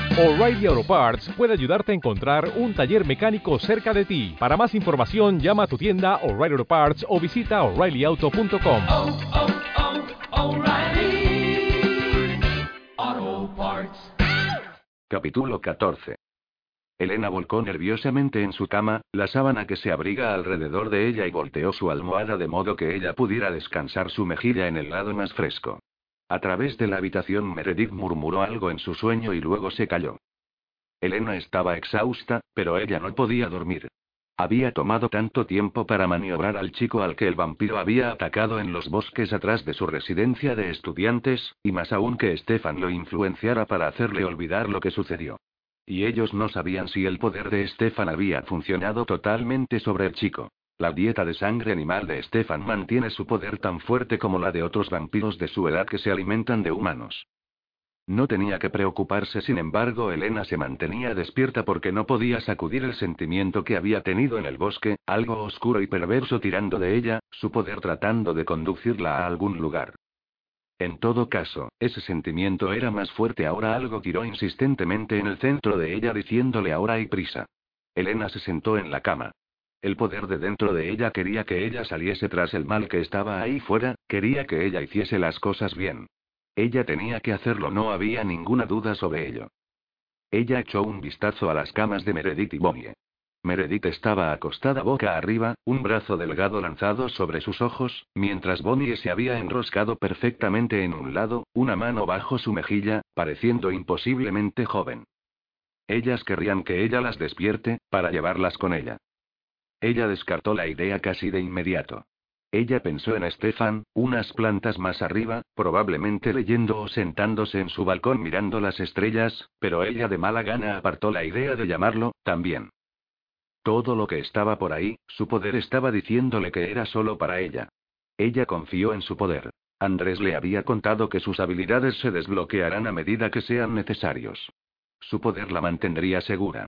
O'Reilly Auto Parts puede ayudarte a encontrar un taller mecánico cerca de ti. Para más información, llama a tu tienda O'Reilly Auto Parts o visita O'ReillyAuto.com. O'Reilly Auto Parts. Capítulo 14. Elena volcó nerviosamente en su cama, la sábana que se abriga alrededor de ella y volteó su almohada de modo que ella pudiera descansar su mejilla en el lado más fresco. A través de la habitación Meredith murmuró algo en su sueño y luego se calló. Elena estaba exhausta, pero ella no podía dormir. Había tomado tanto tiempo para maniobrar al chico al que el vampiro había atacado en los bosques atrás de su residencia de estudiantes, y más aún que Stefan lo influenciara para hacerle olvidar lo que sucedió. Y ellos no sabían si el poder de Stefan había funcionado totalmente sobre el chico. La dieta de sangre animal de Stefan mantiene su poder tan fuerte como la de otros vampiros de su edad que se alimentan de humanos. No tenía que preocuparse, sin embargo, Elena se mantenía despierta porque no podía sacudir el sentimiento que había tenido en el bosque, algo oscuro y perverso tirando de ella, su poder tratando de conducirla a algún lugar. En todo caso, ese sentimiento era más fuerte ahora. Algo tiró insistentemente en el centro de ella diciéndole ahora hay prisa. Elena se sentó en la cama. El poder de dentro de ella quería que ella saliese tras el mal que estaba ahí fuera, quería que ella hiciese las cosas bien. Ella tenía que hacerlo, no había ninguna duda sobre ello. Ella echó un vistazo a las camas de Meredith y Bonnie. Meredith estaba acostada boca arriba, un brazo delgado lanzado sobre sus ojos, mientras Bonnie se había enroscado perfectamente en un lado, una mano bajo su mejilla, pareciendo imposiblemente joven. Ellas querrían que ella las despierte, para llevarlas con ella. Ella descartó la idea casi de inmediato. Ella pensó en Stefan, unas plantas más arriba, probablemente leyendo o sentándose en su balcón mirando las estrellas, pero ella de mala gana apartó la idea de llamarlo, también. Todo lo que estaba por ahí, su poder estaba diciéndole que era solo para ella. Ella confió en su poder. Andrés le había contado que sus habilidades se desbloquearán a medida que sean necesarios. Su poder la mantendría segura.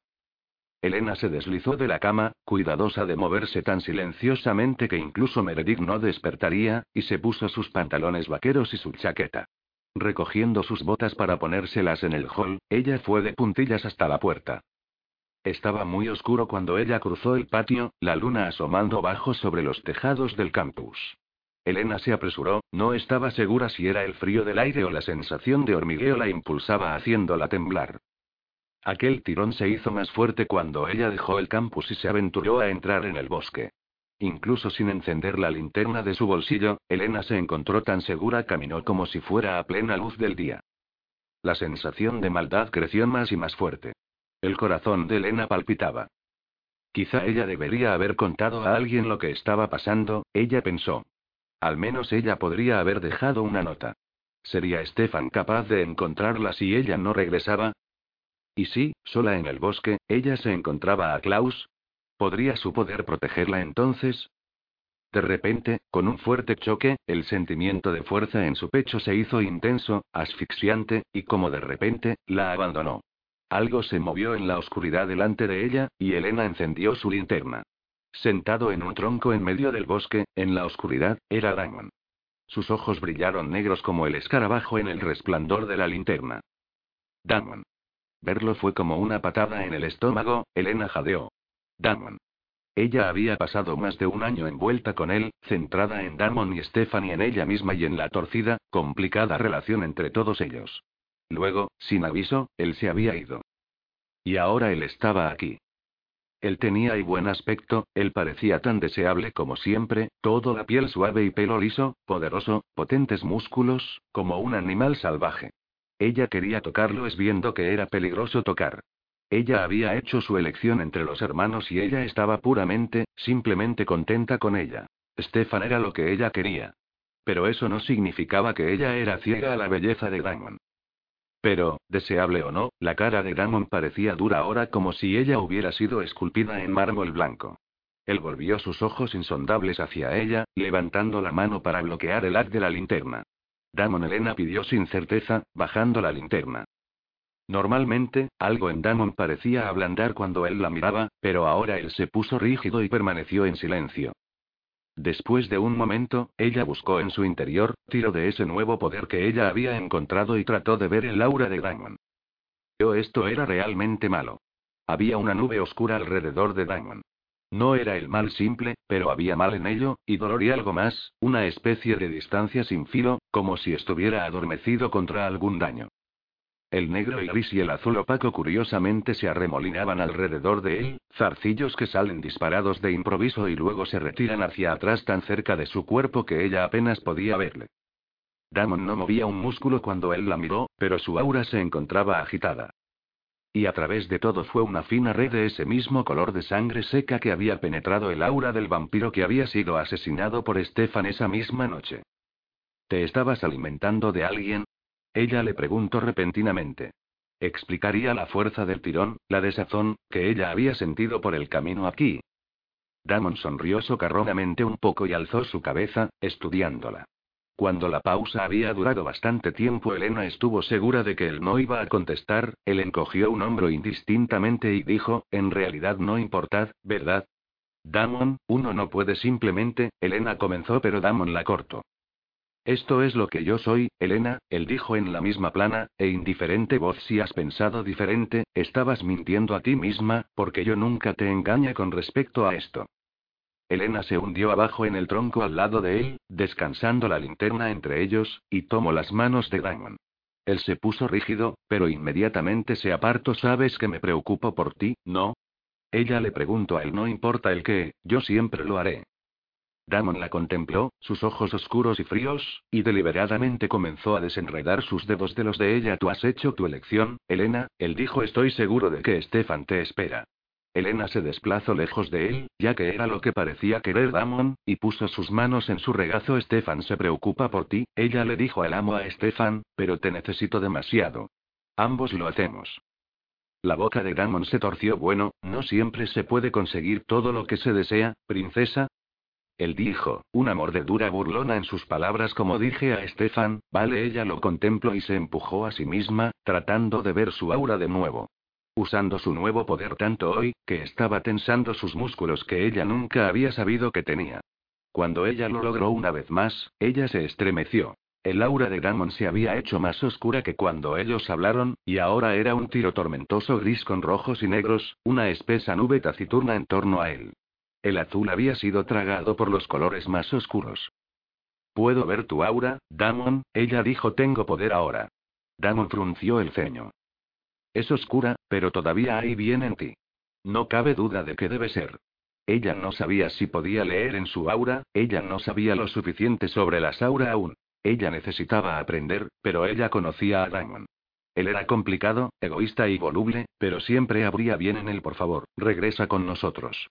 Elena se deslizó de la cama, cuidadosa de moverse tan silenciosamente que incluso Meredith no despertaría, y se puso sus pantalones vaqueros y su chaqueta. Recogiendo sus botas para ponérselas en el hall, ella fue de puntillas hasta la puerta. Estaba muy oscuro cuando ella cruzó el patio, la luna asomando bajo sobre los tejados del campus. Elena se apresuró, no estaba segura si era el frío del aire o la sensación de hormigueo la impulsaba haciéndola temblar. Aquel tirón se hizo más fuerte cuando ella dejó el campus y se aventuró a entrar en el bosque. Incluso sin encender la linterna de su bolsillo, Elena se encontró tan segura, caminó como si fuera a plena luz del día. La sensación de maldad creció más y más fuerte. El corazón de Elena palpitaba. Quizá ella debería haber contado a alguien lo que estaba pasando, ella pensó. Al menos ella podría haber dejado una nota. ¿Sería Stefan capaz de encontrarla si ella no regresaba? Y sí, sola en el bosque, ella se encontraba a Klaus. ¿Podría su poder protegerla entonces? De repente, con un fuerte choque, el sentimiento de fuerza en su pecho se hizo intenso, asfixiante, y como de repente, la abandonó. Algo se movió en la oscuridad delante de ella, y Elena encendió su linterna. Sentado en un tronco en medio del bosque, en la oscuridad, era Damon. Sus ojos brillaron negros como el escarabajo en el resplandor de la linterna. Damon. Verlo fue como una patada en el estómago, Elena jadeó. Damon. Ella había pasado más de un año envuelta con él, centrada en Damon y Stefan y en ella misma y en la torcida, complicada relación entre todos ellos. Luego, sin aviso, él se había ido. Y ahora él estaba aquí. Él tenía y buen aspecto, él parecía tan deseable como siempre, todo la piel suave y pelo liso, poderoso, potentes músculos, como un animal salvaje. Ella quería tocarlo viendo que era peligroso tocar. Ella había hecho su elección entre los hermanos y ella estaba puramente, simplemente contenta con ella. Stefan era lo que ella quería. Pero eso no significaba que ella era ciega a la belleza de Damon. Pero, deseable o no, la cara de Damon parecía dura ahora como si ella hubiera sido esculpida en mármol blanco. Él volvió sus ojos insondables hacia ella, levantando la mano para bloquear el haz de la linterna. Damon, Elena pidió sin certeza, bajando la linterna. Normalmente, algo en Damon parecía ablandar cuando él la miraba, pero ahora él se puso rígido y permaneció en silencio. Después de un momento, ella buscó en su interior, tiró de ese nuevo poder que ella había encontrado y trató de ver el aura de Damon. Esto era realmente malo. Había una nube oscura alrededor de Damon. No era el mal simple, pero había mal en ello, y dolor y algo más, una especie de distancia sin filo, como si estuviera adormecido contra algún daño. El negro, el gris y el azul opaco curiosamente se arremolinaban alrededor de él, zarcillos que salen disparados de improviso y luego se retiran hacia atrás tan cerca de su cuerpo que ella apenas podía verle. Damon no movía un músculo cuando él la miró, pero su aura se encontraba agitada. Y a través de todo fue una fina red de ese mismo color de sangre seca que había penetrado el aura del vampiro que había sido asesinado por Stefan esa misma noche. ¿Te estabas alimentando de alguien? Ella le preguntó repentinamente. Explicaría la fuerza del tirón, la desazón, que ella había sentido por el camino aquí. Damon sonrió socarronamente un poco y alzó su cabeza, estudiándola. Cuando la pausa había durado bastante tiempo, Elena estuvo segura de que él no iba a contestar. Él encogió un hombro indistintamente y dijo, en realidad no importad, ¿verdad? Damon, uno no puede simplemente, Elena comenzó, pero Damon la cortó. Esto es lo que yo soy, Elena, él dijo en la misma plana e indiferente voz. Si has pensado diferente, estabas mintiendo a ti misma, porque yo nunca te engañé con respecto a esto. Elena se hundió abajo en el tronco al lado de él, descansando la linterna entre ellos, y tomó las manos de Damon. Él se puso rígido, pero inmediatamente se apartó. ¿Sabes que me preocupo por ti, no? Ella le preguntó a él. No importa el qué, yo siempre lo haré. Damon la contempló, sus ojos oscuros y fríos, y deliberadamente comenzó a desenredar sus dedos de los de ella. Tú has hecho tu elección, Elena, él dijo. Estoy seguro de que Stefan te espera. Elena se desplazó lejos de él, ya que era lo que parecía querer Damon, y puso sus manos en su regazo. Stefan se preocupa por ti, ella le dijo al amo a Stefan, pero te necesito demasiado. Ambos lo hacemos. La boca de Damon se torció. Bueno, no siempre se puede conseguir todo lo que se desea, princesa. Él dijo, una mordedura burlona en sus palabras. Como dije a Stefan, vale. Ella lo contempló y se empujó a sí misma, tratando de ver su aura de nuevo. Usando su nuevo poder tanto hoy, que estaba tensando sus músculos que ella nunca había sabido que tenía. Cuando ella lo logró una vez más, ella se estremeció. El aura de Damon se había hecho más oscura que cuando ellos hablaron, y ahora era un tiro tormentoso gris con rojos y negros, una espesa nube taciturna en torno a él. El azul había sido tragado por los colores más oscuros. Puedo ver tu aura, Damon, ella dijo. Tengo poder ahora. Damon frunció el ceño. Es oscura, pero todavía hay bien en ti. No cabe duda de que debe ser. Ella no sabía si podía leer en su aura, ella no sabía lo suficiente sobre las aura aún. Ella necesitaba aprender, pero ella conocía a Damon. Él era complicado, egoísta y voluble, pero siempre habría bien en él. Por favor, regresa con nosotros.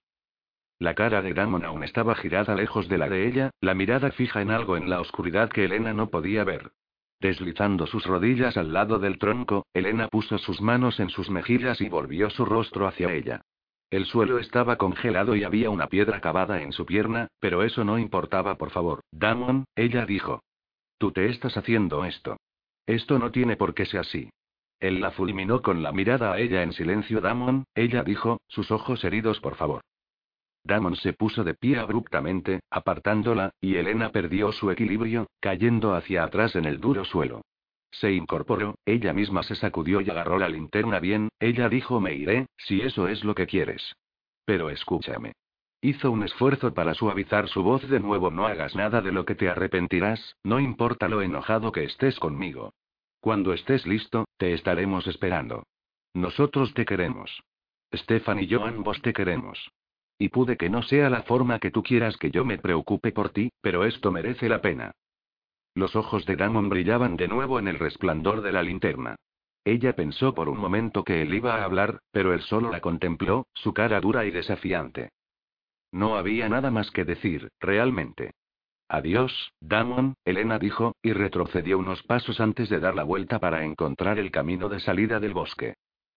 La cara de Damon aún estaba girada lejos de la de ella, la mirada fija en algo en la oscuridad que Elena no podía ver. Deslizando sus rodillas al lado del tronco, Elena puso sus manos en sus mejillas y volvió su rostro hacia ella. El suelo estaba congelado y había una piedra cavada en su pierna, pero eso no importaba. Por favor, Damon, ella dijo. Tú te estás haciendo esto. Esto no tiene por qué ser así. Él la fulminó con la mirada a ella en silencio. Damon, ella dijo, sus ojos heridos. Por favor. Damon se puso de pie abruptamente, apartándola, y Elena perdió su equilibrio, cayendo hacia atrás en el duro suelo. Se incorporó, ella misma se sacudió y agarró la linterna. Bien, ella dijo. Me iré, si eso es lo que quieres. Pero escúchame. Hizo un esfuerzo para suavizar su voz de nuevo. No hagas nada de lo que te arrepentirás, no importa lo enojado que estés conmigo. Cuando estés listo, te estaremos esperando. Nosotros te queremos. Stefan y yo ambos te queremos. Y puede que no sea la forma que tú quieras que yo me preocupe por ti, pero esto merece la pena. Los ojos de Damon brillaban de nuevo en el resplandor de la linterna. Ella pensó por un momento que él iba a hablar, pero él solo la contempló, su cara dura y desafiante. No había nada más que decir, realmente. Adiós, Damon, Elena dijo, y retrocedió unos pasos antes de dar la vuelta para encontrar el camino de salida del bosque.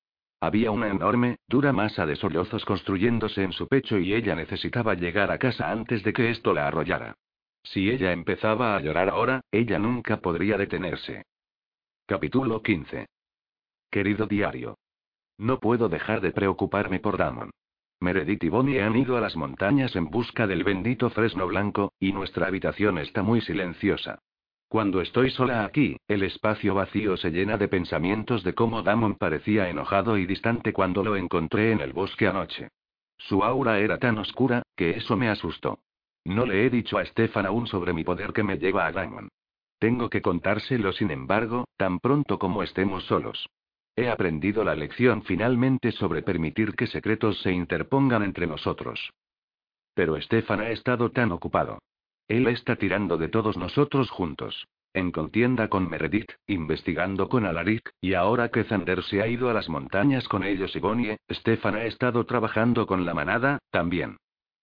Había una enorme, dura masa de sollozos construyéndose en su pecho y ella necesitaba llegar a casa antes de que esto la arrollara. Si ella empezaba a llorar ahora, ella nunca podría detenerse. Capítulo 15. Querido diario. No puedo dejar de preocuparme por Damon. Meredith y Bonnie han ido a las montañas en busca del bendito fresno blanco, y nuestra habitación está muy silenciosa. Cuando estoy sola aquí, el espacio vacío se llena de pensamientos de cómo Damon parecía enojado y distante cuando lo encontré en el bosque anoche. Su aura era tan oscura, que eso me asustó. No le he dicho a Stefan aún sobre mi poder que me lleva a Damon. Tengo que contárselo sin embargo, tan pronto como estemos solos. He aprendido la lección finalmente sobre permitir que secretos se interpongan entre nosotros. Pero Stefan ha estado tan ocupado. Él está tirando de todos nosotros juntos. En contienda con Meredith, investigando con Alaric, y ahora que Xander se ha ido a las montañas con ellos y Bonnie, Stefan ha estado trabajando con la manada, también.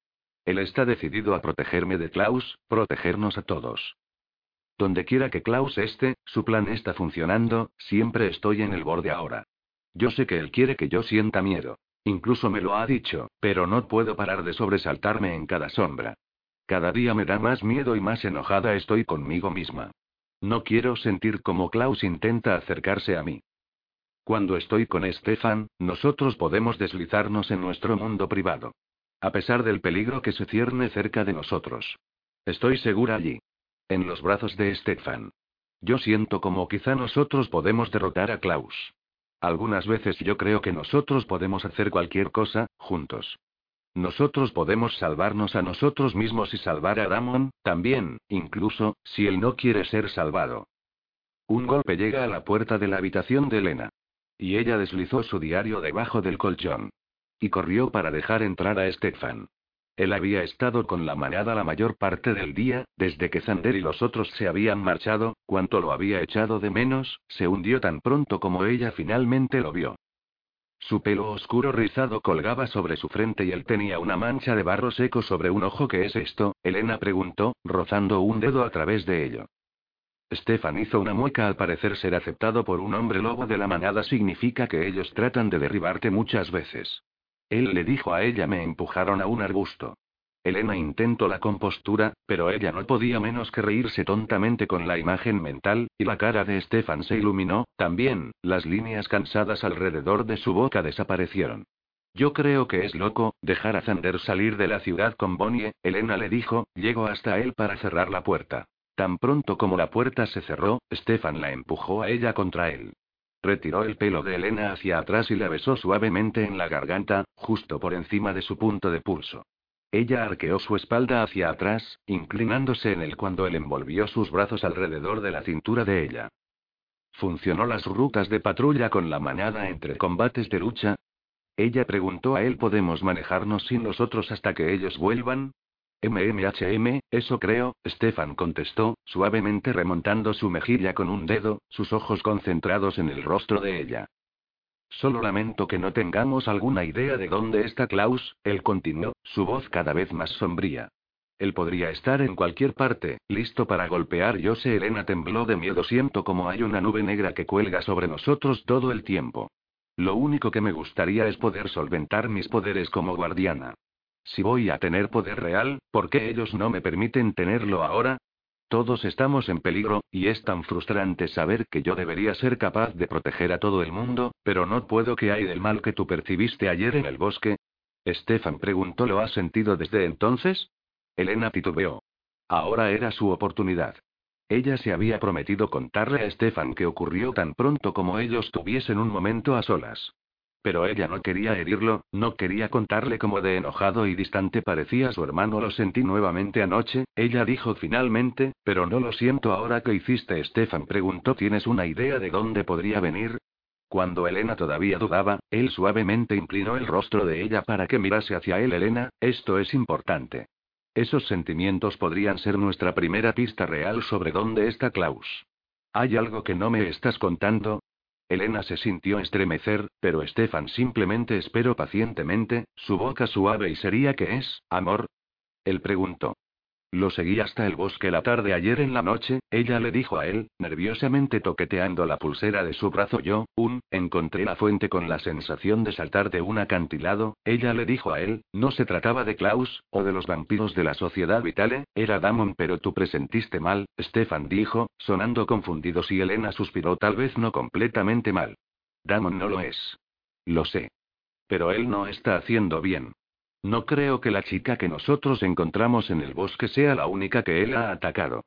Él está decidido a protegerme de Klaus, protegernos a todos. Donde quiera que Klaus esté, su plan está funcionando, siempre estoy en el borde ahora. Yo sé que él quiere que yo sienta miedo. Incluso me lo ha dicho, pero no puedo parar de sobresaltarme en cada sombra. Cada día me da más miedo y más enojada estoy conmigo misma. No quiero sentir como Klaus intenta acercarse a mí. Cuando estoy con Stefan, nosotros podemos deslizarnos en nuestro mundo privado. A pesar del peligro que se cierne cerca de nosotros. Estoy segura allí. En los brazos de Stefan. Yo siento como quizá nosotros podemos derrotar a Klaus. Algunas veces yo creo que nosotros podemos hacer cualquier cosa, juntos. Nosotros podemos salvarnos a nosotros mismos y salvar a Damon, también, incluso, si él no quiere ser salvado. Un golpe llega a la puerta de la habitación de Elena. Y ella deslizó su diario debajo del colchón. Y corrió para dejar entrar a Stefan. Él había estado con la manada la mayor parte del día, desde que Xander y los otros se habían marchado, cuanto lo había echado de menos, se hundió tan pronto como ella finalmente lo vio. Su pelo oscuro rizado colgaba sobre su frente y él tenía una mancha de barro seco sobre un ojo. ¿Qué es esto?, Elena preguntó, rozando un dedo a través de ello. Stefan hizo una mueca. Al parecer ser aceptado por un hombre lobo de la manada significa que ellos tratan de derribarte muchas veces. Él le dijo a ella: me empujaron a un arbusto. Elena intentó la compostura, pero ella no podía menos que reírse tontamente con la imagen mental, y la cara de Stefan se iluminó, también, las líneas cansadas alrededor de su boca desaparecieron. Yo creo que es loco, dejar a Xander salir de la ciudad con Bonnie, Elena le dijo, llegó hasta él para cerrar la puerta. Tan pronto como la puerta se cerró, Stefan la empujó a ella contra él. Retiró el pelo de Elena hacia atrás y la besó suavemente en la garganta, justo por encima de su punto de pulso. Ella arqueó su espalda hacia atrás, inclinándose en él cuando él envolvió sus brazos alrededor de la cintura de ella. ¿Funcionó las rutas de patrulla con la manada entre combates de lucha? Ella preguntó a él. ¿Podemos manejarnos sin los otros hasta que ellos vuelvan? Eso creo, Stefan contestó, suavemente remontando su mejilla con un dedo, sus ojos concentrados en el rostro de ella. Solo lamento que no tengamos alguna idea de dónde está Klaus, él continuó, su voz cada vez más sombría. Él podría estar en cualquier parte, listo para golpear. Yo sé. Elena tembló de miedo. Siento como hay una nube negra que cuelga sobre nosotros todo el tiempo. Lo único que me gustaría es poder solventar mis poderes como guardiana. Si voy a tener poder real, ¿por qué ellos no me permiten tenerlo ahora? Todos estamos en peligro, y es tan frustrante saber que yo debería ser capaz de proteger a todo el mundo, pero no puedo. ¿Qué hay del mal que tú percibiste ayer en el bosque? Stefan preguntó. ¿Lo has sentido desde entonces? Elena titubeó. Ahora era su oportunidad. Ella se había prometido contarle a Stefan qué ocurrió tan pronto como ellos tuviesen un momento a solas. Pero ella no quería herirlo, no quería contarle cómo de enojado y distante parecía su hermano. Lo sentí nuevamente anoche, ella dijo finalmente, pero no lo siento ahora. ¿Qué hiciste? Stefan preguntó. ¿Tienes una idea de dónde podría venir? Cuando Elena todavía dudaba, él suavemente inclinó el rostro de ella para que mirase hacia él. Elena, esto es importante. Esos sentimientos podrían ser nuestra primera pista real sobre dónde está Klaus. ¿Hay algo que no me estás contando? Elena se sintió estremecer, pero Stefan simplemente esperó pacientemente, su boca suave y seria. ¿Qué es, amor? Él preguntó. Lo seguí hasta el bosque la tarde ayer en la noche, ella le dijo a él, nerviosamente toqueteando la pulsera de su brazo. Encontré la fuente con la sensación de saltar de un acantilado, ella le dijo a él, no se trataba de Klaus, o de los vampiros de la sociedad Vitale, era Damon. Pero tú presentiste mal, Stefan dijo, sonando confundido. Sí, Elena suspiró. Tal vez no completamente mal. Damon no lo es. Lo sé. Pero él no está haciendo bien. No creo que la chica que nosotros encontramos en el bosque sea la única que él ha atacado.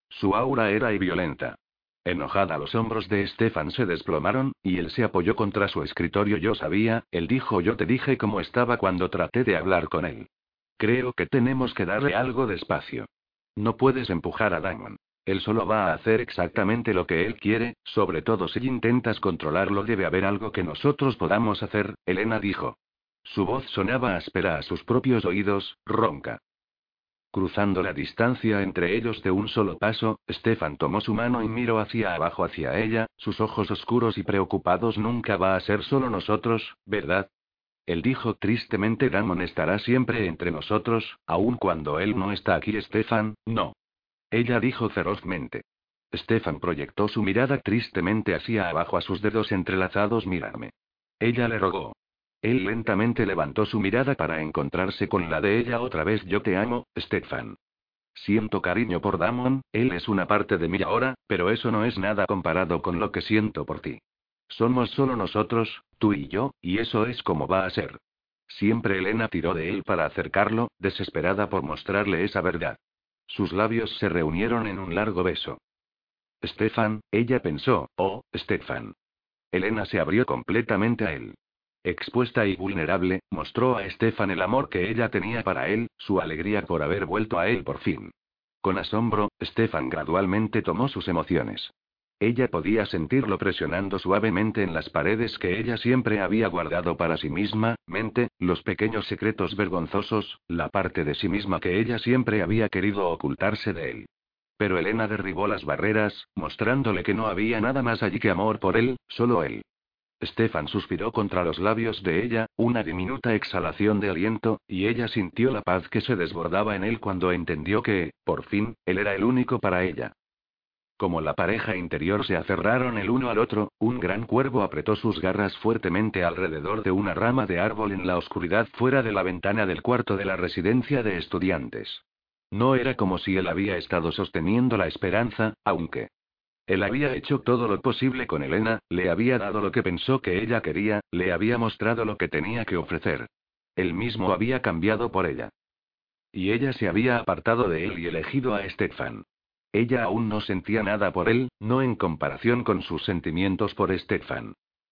Su aura era violenta. Enojada, los hombros de Stefan se desplomaron, y él se apoyó contra su escritorio. Yo sabía, él dijo. Yo te dije cómo estaba cuando traté de hablar con él. Creo que tenemos que darle algo de espacio. No puedes empujar a Damon. Él solo va a hacer exactamente lo que él quiere, sobre todo si intentas controlarlo. Debe haber algo que nosotros podamos hacer, Elena dijo. Su voz sonaba áspera a sus propios oídos, ronca. Cruzando la distancia entre ellos de un solo paso, Stefan tomó su mano y miró hacia abajo hacia ella, sus ojos oscuros y preocupados. Nunca va a ser solo nosotros, ¿verdad? Él dijo tristemente. Damon estará siempre entre nosotros, aun cuando él no está aquí. Stefan, no. Ella dijo ferozmente. Stefan proyectó su mirada tristemente hacia abajo a sus dedos entrelazados. Mírame. Ella le rogó. Él lentamente levantó su mirada para encontrarse con la de ella otra vez. Yo te amo, Stefan. Siento cariño por Damon, él es una parte de mí ahora, pero eso no es nada comparado con lo que siento por ti. Somos solo nosotros, tú y yo, y eso es como va a ser. Siempre. Elena tiró de él para acercarlo, desesperada por mostrarle esa verdad. Sus labios se reunieron en un largo beso. Stefan, ella pensó, oh, Stefan. Elena se abrió completamente a él. Expuesta y vulnerable, mostró a Stefan el amor que ella tenía para él, su alegría por haber vuelto a él por fin. Con asombro, Stefan gradualmente tomó sus emociones. Ella podía sentirlo presionando suavemente en las paredes que ella siempre había guardado para sí misma, los pequeños secretos vergonzosos, la parte de sí misma que ella siempre había querido ocultarse de él. Pero Elena derribó las barreras, mostrándole que no había nada más allí que amor por él, solo él. Stefan suspiró contra los labios de ella, una diminuta exhalación de aliento, y ella sintió la paz que se desbordaba en él cuando entendió que, por fin, él era el único para ella. Como la pareja interior se aferraron el uno al otro, un gran cuervo apretó sus garras fuertemente alrededor de una rama de árbol en la oscuridad fuera de la ventana del cuarto de la residencia de estudiantes. No era como si él había estado sosteniendo la esperanza, aunque él había hecho todo lo posible con Elena, le había dado lo que pensó que ella quería, le había mostrado lo que tenía que ofrecer. Él mismo había cambiado por ella. Y ella se había apartado de él y elegido a Stefan. Ella aún no sentía nada por él, no en comparación con sus sentimientos por Stefan.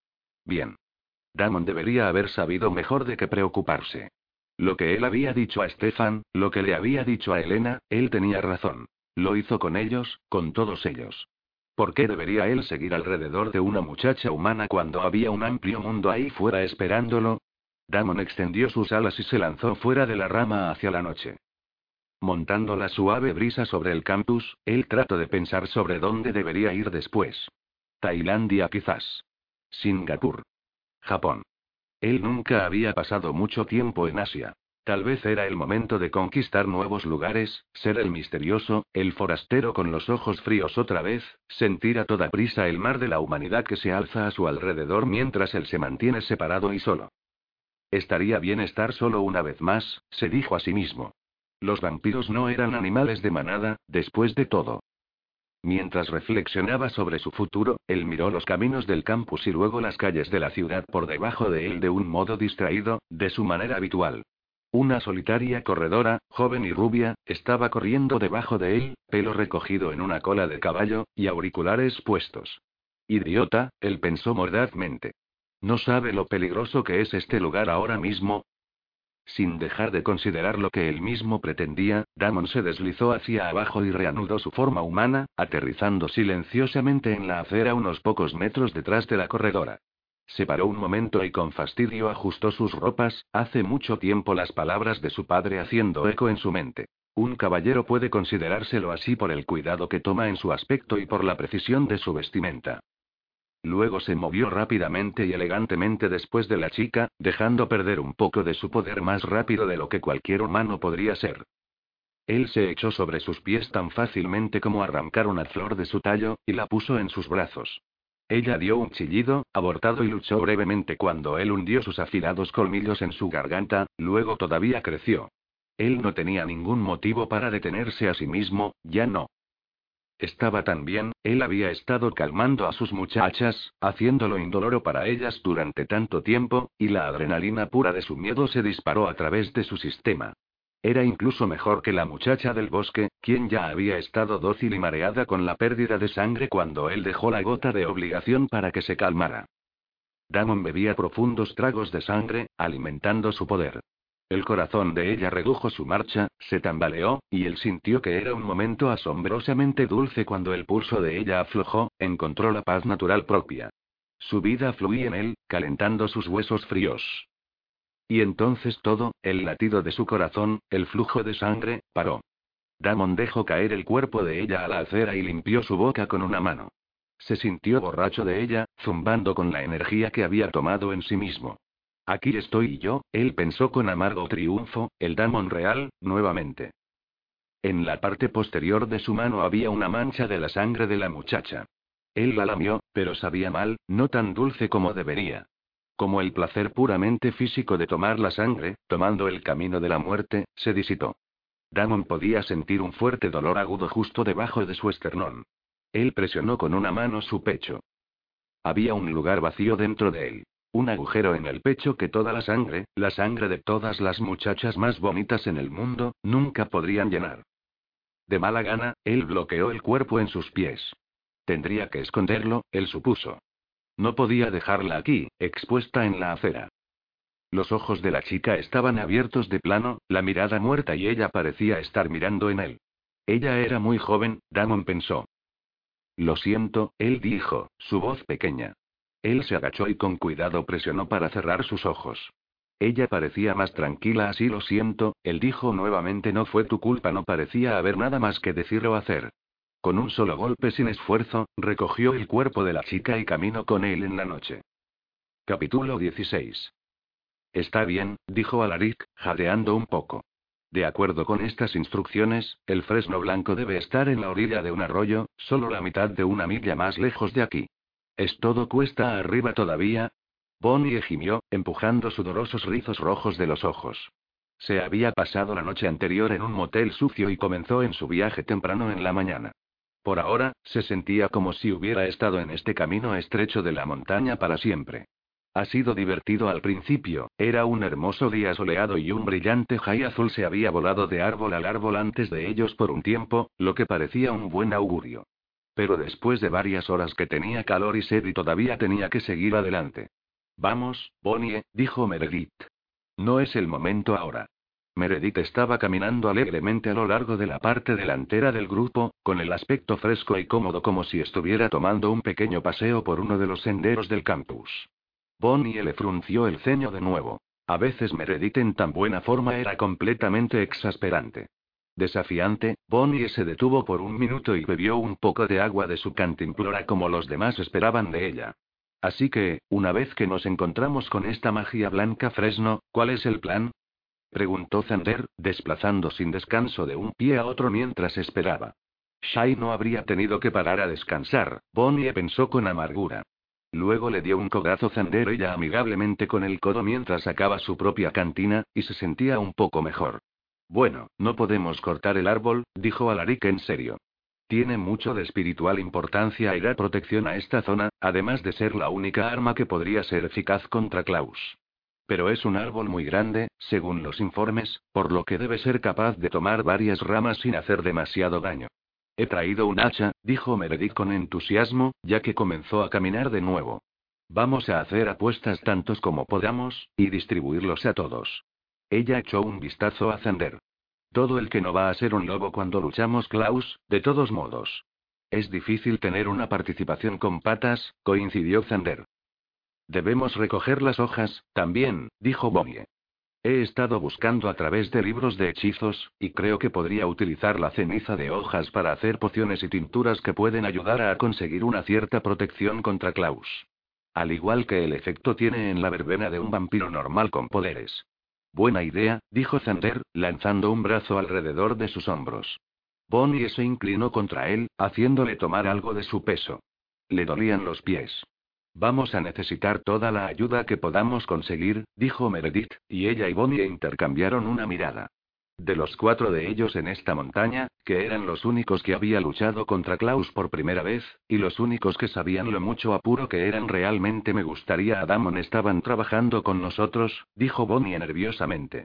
Bien. Damon debería haber sabido mejor de qué preocuparse. Lo que él había dicho a Stefan, lo que le había dicho a Elena, él tenía razón. Lo hizo con ellos, con todos ellos. ¿Por qué debería él seguir alrededor de una muchacha humana cuando había un amplio mundo ahí fuera esperándolo? Damon extendió sus alas y se lanzó fuera de la rama hacia la noche. Montando la suave brisa sobre el campus, él trató de pensar sobre dónde debería ir después. Tailandia quizás. Singapur. Japón. Él nunca había pasado mucho tiempo en Asia. Tal vez era el momento de conquistar nuevos lugares, ser el misterioso, el forastero con los ojos fríos otra vez, sentir a toda prisa el mar de la humanidad que se alza a su alrededor mientras él se mantiene separado y solo. Estaría bien estar solo una vez más, se dijo a sí mismo. Los vampiros no eran animales de manada, después de todo. Mientras reflexionaba sobre su futuro, él miró los caminos del campus y luego las calles de la ciudad por debajo de él de un modo distraído, de su manera habitual. Una solitaria corredora, joven y rubia, estaba corriendo debajo de él, pelo recogido en una cola de caballo, y auriculares puestos. Idiota, él pensó mordazmente. ¿No sabe lo peligroso que es este lugar ahora mismo? Sin dejar de considerar lo que él mismo pretendía, Damon se deslizó hacia abajo y reanudó su forma humana, aterrizando silenciosamente en la acera unos pocos metros detrás de la corredora. Se paró un momento y con fastidio ajustó sus ropas, hace mucho tiempo las palabras de su padre haciendo eco en su mente. Un caballero puede considerárselo así por el cuidado que toma en su aspecto y por la precisión de su vestimenta. Luego se movió rápidamente y elegantemente después de la chica, dejando perder un poco de su poder más rápido de lo que cualquier humano podría ser. Él se echó sobre sus pies tan fácilmente como arrancar una flor de su tallo, y la puso en sus brazos. Ella dio un chillido, abortado y luchó brevemente cuando él hundió sus afilados colmillos en su garganta, luego todavía creció. Él no tenía ningún motivo para detenerse a sí mismo, ya no. Estaba tan bien, él había estado calmando a sus muchachas, haciéndolo indoloro para ellas durante tanto tiempo, y la adrenalina pura de su miedo se disparó a través de su sistema. Era incluso mejor que la muchacha del bosque, quien ya había estado dócil y mareada con la pérdida de sangre cuando él dejó la gota de obligación para que se calmara. Damon bebía profundos tragos de sangre, alimentando su poder. El corazón de ella redujo su marcha, se tambaleó, y él sintió que era un momento asombrosamente dulce cuando el pulso de ella aflojó, encontró la paz natural propia. Su vida fluía en él, calentando sus huesos fríos. Y entonces todo, el latido de su corazón, el flujo de sangre, paró. Damon dejó caer el cuerpo de ella a la acera y limpió su boca con una mano. Se sintió borracho de ella, zumbando con la energía que había tomado en sí mismo. Aquí estoy yo, él pensó con amargo triunfo, el Damon real, nuevamente. En la parte posterior de su mano había una mancha de la sangre de la muchacha. Él la lamió, pero sabía mal, no tan dulce como debería. Como el placer puramente físico de tomar la sangre, tomando el camino de la muerte, se disipó. Damon podía sentir un fuerte dolor agudo justo debajo de su esternón. Él presionó con una mano su pecho. Había un lugar vacío dentro de él. Un agujero en el pecho que toda la sangre de todas las muchachas más bonitas en el mundo, nunca podrían llenar. De mala gana, él bloqueó el cuerpo en sus pies. Tendría que esconderlo, él supuso. No podía dejarla aquí, expuesta en la acera. Los ojos de la chica estaban abiertos de plano, la mirada muerta y ella parecía estar mirando en él. Ella era muy joven, Damon pensó. Lo siento, él dijo, su voz pequeña. Él se agachó y con cuidado presionó para cerrar sus ojos. Ella parecía más tranquila así. Lo siento, él dijo nuevamente, no fue tu culpa. No parecía haber nada más que decir o hacer. Con un solo golpe sin esfuerzo, recogió el cuerpo de la chica y caminó con él en la noche. Capítulo 16. Está bien, dijo Alaric, jadeando un poco. De acuerdo con estas instrucciones, el fresno blanco debe estar en la orilla de un arroyo, solo la mitad de una milla más lejos de aquí. ¿Es todo cuesta arriba todavía? Bonnie gimió, empujando sudorosos rizos rojos de los ojos. Se había pasado la noche anterior en un motel sucio y comenzó en su viaje temprano en la mañana. Por ahora, se sentía como si hubiera estado en este camino estrecho de la montaña para siempre. Ha sido divertido al principio, era un hermoso día soleado y un brillante jay azul se había volado de árbol al árbol antes de ellos por un tiempo, lo que parecía un buen augurio. Pero después de varias horas que tenía calor y sed y todavía tenía que seguir adelante. Vamos, Bonnie, dijo Meredith. No es el momento ahora. Meredith estaba caminando alegremente a lo largo de la parte delantera del grupo, con el aspecto fresco y cómodo como si estuviera tomando un pequeño paseo por uno de los senderos del campus. Bonnie le frunció el ceño de nuevo. A veces Meredith en tan buena forma era completamente exasperante. Desafiante, Bonnie se detuvo por un minuto y bebió un poco de agua de su cantimplora como los demás esperaban de ella. Así que, una vez que nos encontramos con esta magia blanca fresno, ¿cuál es el plan? Preguntó Xander, desplazando sin descanso de un pie a otro mientras esperaba. Shay no habría tenido que parar a descansar, Bonnie pensó con amargura. Luego le dio un codazo Xander ella amigablemente con el codo mientras sacaba su propia cantina, y se sentía un poco mejor. Bueno, no podemos cortar el árbol, dijo Alaric en serio. Tiene mucho de espiritual importancia y da protección a esta zona, además de ser la única arma que podría ser eficaz contra Klaus. Pero es un árbol muy grande, según los informes, por lo que debe ser capaz de tomar varias ramas sin hacer demasiado daño. He traído un hacha, dijo Meredith con entusiasmo, ya que comenzó a caminar de nuevo. Vamos a hacer apuestas tantos como podamos, y distribuirlos a todos. Ella echó un vistazo a Xander. Todo el que no va a ser un lobo cuando luchamos, Klaus, de todos modos. Es difícil tener una participación con patas, coincidió Xander. Debemos recoger las hojas, también, dijo Bonnie. He estado buscando a través de libros de hechizos, y creo que podría utilizar la ceniza de hojas para hacer pociones y tinturas que pueden ayudar a conseguir una cierta protección contra Klaus. Al igual que el efecto tiene en la verbena de un vampiro normal con poderes. Buena idea, dijo Xander, lanzando un brazo alrededor de sus hombros. Bonnie se inclinó contra él, haciéndole tomar algo de su peso. Le dolían los pies. Vamos a necesitar toda la ayuda que podamos conseguir, dijo Meredith, y ella y Bonnie intercambiaron una mirada. De los 4 de ellos en esta montaña, que eran los únicos que había luchado contra Klaus por primera vez, y los únicos que sabían lo mucho apuro que eran realmente me gustaría a Damon estaban trabajando con nosotros, dijo Bonnie nerviosamente.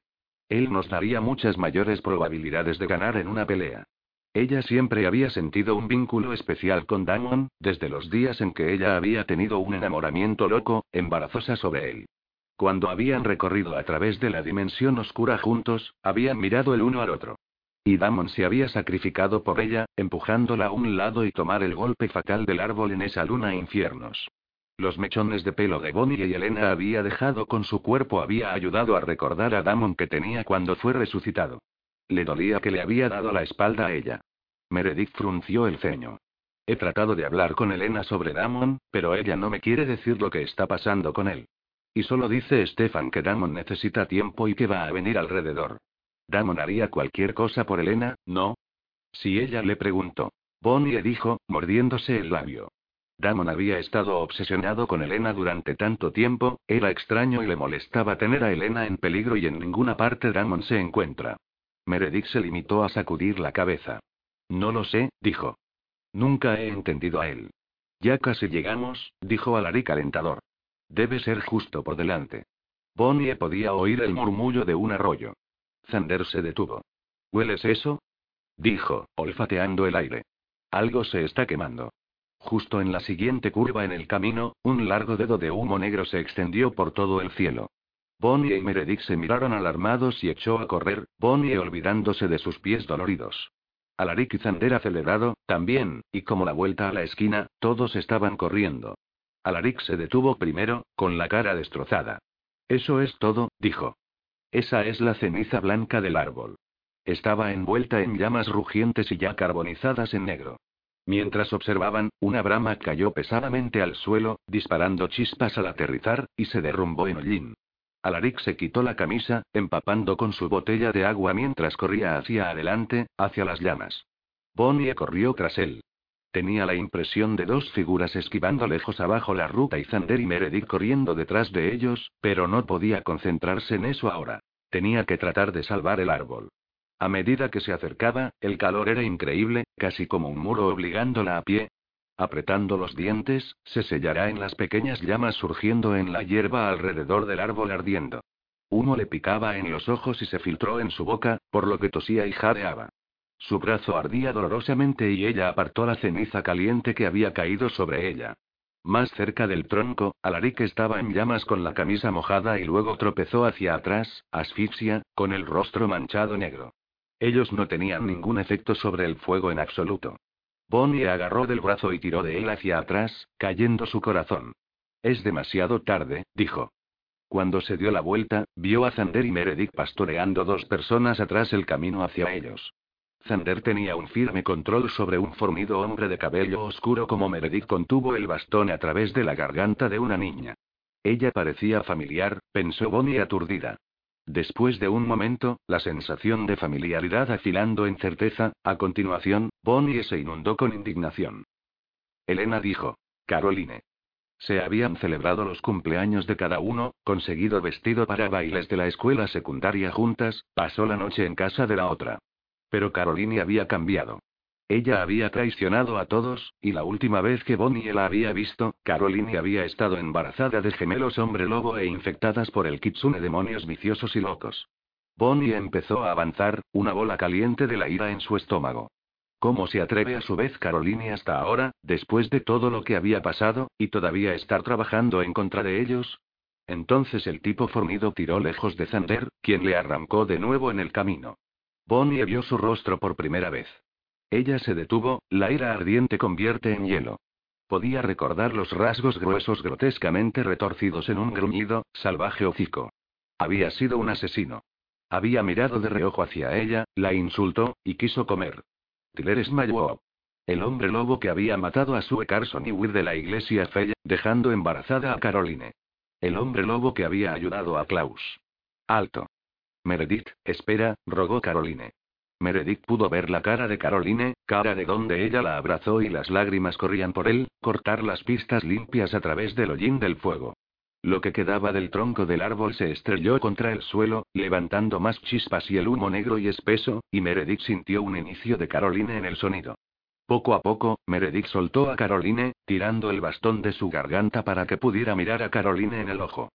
Él nos daría muchas mayores probabilidades de ganar en una pelea. Ella siempre había sentido un vínculo especial con Damon, desde los días en que ella había tenido un enamoramiento loco, embarazosa sobre él. Cuando habían recorrido a través de la dimensión oscura juntos, habían mirado el uno al otro. Y Damon se había sacrificado por ella, empujándola a un lado y tomar el golpe fatal del árbol en esa luna infiernos. Los mechones de pelo de Bonnie y Elena había dejado con su cuerpo había ayudado a recordar a Damon que tenía cuando fue resucitado. Le dolía que le había dado la espalda a ella. Meredith frunció el ceño. He tratado de hablar con Elena sobre Damon, pero ella no me quiere decir lo que está pasando con él. Y solo dice Stefan que Damon necesita tiempo y que va a venir alrededor. Damon haría cualquier cosa por Elena, ¿no? Si ella le preguntó. Bonnie dijo, mordiéndose el labio. Damon había estado obsesionado con Elena durante tanto tiempo, era extraño y le molestaba tener a Elena en peligro y en ninguna parte Damon se encuentra. Meredith se limitó a sacudir la cabeza. No lo sé, dijo. Nunca he entendido a él. Ya casi llegamos, dijo Alaric alentador. Debe ser justo por delante. Bonnie podía oír el murmullo de un arroyo. Xander se detuvo. ¿Hueles eso? Dijo, olfateando el aire. Algo se está quemando. Justo en la siguiente curva en el camino, un largo dedo de humo negro se extendió por todo el cielo. Bonnie y Meredith se miraron alarmados y echó a correr, Bonnie olvidándose de sus pies doloridos. Alaric y Xander acelerado, también, y como la vuelta a la esquina, todos estaban corriendo. Alaric se detuvo primero, con la cara destrozada. Eso es todo, dijo. Esa es la ceniza blanca del árbol. Estaba envuelta en llamas rugientes y ya carbonizadas en negro. Mientras observaban, una brama cayó pesadamente al suelo, disparando chispas al aterrizar, y se derrumbó en hollín. Alaric se quitó la camisa, empapando con su botella de agua mientras corría hacia adelante, hacia las llamas. Bonnie corrió tras él. Tenía la impresión de dos figuras esquivando lejos abajo la ruta y Xander y Meredith corriendo detrás de ellos, pero no podía concentrarse en eso ahora. Tenía que tratar de salvar el árbol. A medida que se acercaba, el calor era increíble, casi como un muro obligándola a pie. Apretando los dientes, se sellará en las pequeñas llamas surgiendo en la hierba alrededor del árbol ardiendo. Humo le picaba en los ojos y se filtró en su boca, por lo que tosía y jadeaba. Su brazo ardía dolorosamente y ella apartó la ceniza caliente que había caído sobre ella. Más cerca del tronco, Alaric estaba en llamas con la camisa mojada y luego tropezó hacia atrás, asfixia, con el rostro manchado negro. Ellos no tenían ningún efecto sobre el fuego en absoluto. Bonnie agarró del brazo y tiró de él hacia atrás, cayendo su corazón. Es demasiado tarde, dijo. Cuando se dio la vuelta, vio a Xander y Meredith pastoreando dos personas atrás el camino hacia ellos. Xander tenía un firme control sobre un fornido hombre de cabello oscuro como Meredith contuvo el bastón a través de la garganta de una niña. Ella parecía familiar, pensó Bonnie aturdida. Después de un momento, la sensación de familiaridad afilando en certeza, a continuación, Bonnie se inundó con indignación. Elena dijo. Caroline. Se habían celebrado los cumpleaños de cada uno, conseguido vestido para bailes de la escuela secundaria juntas, pasó la noche en casa de la otra. Pero Caroline había cambiado. Ella había traicionado a todos, y la última vez que Bonnie la había visto, Caroline había estado embarazada de gemelos hombre lobo e infectadas por el kitsune demonios viciosos y locos. Bonnie empezó a avanzar, una bola caliente de la ira en su estómago. ¿Cómo se atreve a su vez Caroline hasta ahora, después de todo lo que había pasado, y todavía estar trabajando en contra de ellos? Entonces el tipo fornido tiró lejos de Xander, quien le arrancó de nuevo en el camino. Bonnie vio su rostro por primera vez. Ella se detuvo, la ira ardiente convierte en hielo. Podía recordar los rasgos gruesos grotescamente retorcidos en un gruñido, salvaje hocico. Había sido un asesino. Había mirado de reojo hacia ella, la insultó, y quiso comer. Tyler desmayó. El hombre lobo que había matado a Sue Carson y huir de la iglesia Fell, dejando embarazada a Caroline. El hombre lobo que había ayudado a Klaus. Alto. Meredith, espera, rogó Caroline. Meredith pudo ver la cara de Caroline, cara de donde ella la abrazó y las lágrimas corrían por él, cortar las pistas limpias a través del hollín del fuego. Lo que quedaba del tronco del árbol se estrelló contra el suelo, levantando más chispas y el humo negro y espeso, y Meredith sintió un inicio de Caroline en el sonido. Poco a poco, Meredith soltó a Caroline, tirando el bastón de su garganta para que pudiera mirar a Caroline en el ojo.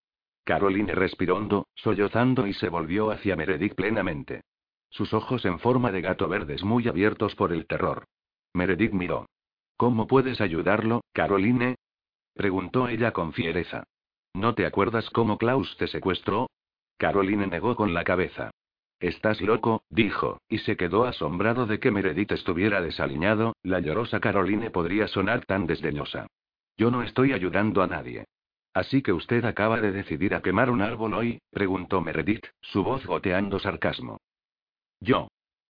Caroline respiró hondo, sollozando y se volvió hacia Meredith plenamente. Sus ojos en forma de gato verdes muy abiertos por el terror. Meredith miró. ¿Cómo puedes ayudarlo, Caroline? Preguntó ella con fiereza. ¿No te acuerdas cómo Klaus te secuestró? Caroline negó con la cabeza. Estás loco, dijo, y se quedó asombrado de que Meredith estuviera desaliñado. La llorosa Caroline podría sonar tan desdeñosa. Yo no estoy ayudando a nadie. ¿Así que usted acaba de decidir a quemar un árbol hoy? Preguntó Meredith, su voz goteando sarcasmo. Yo.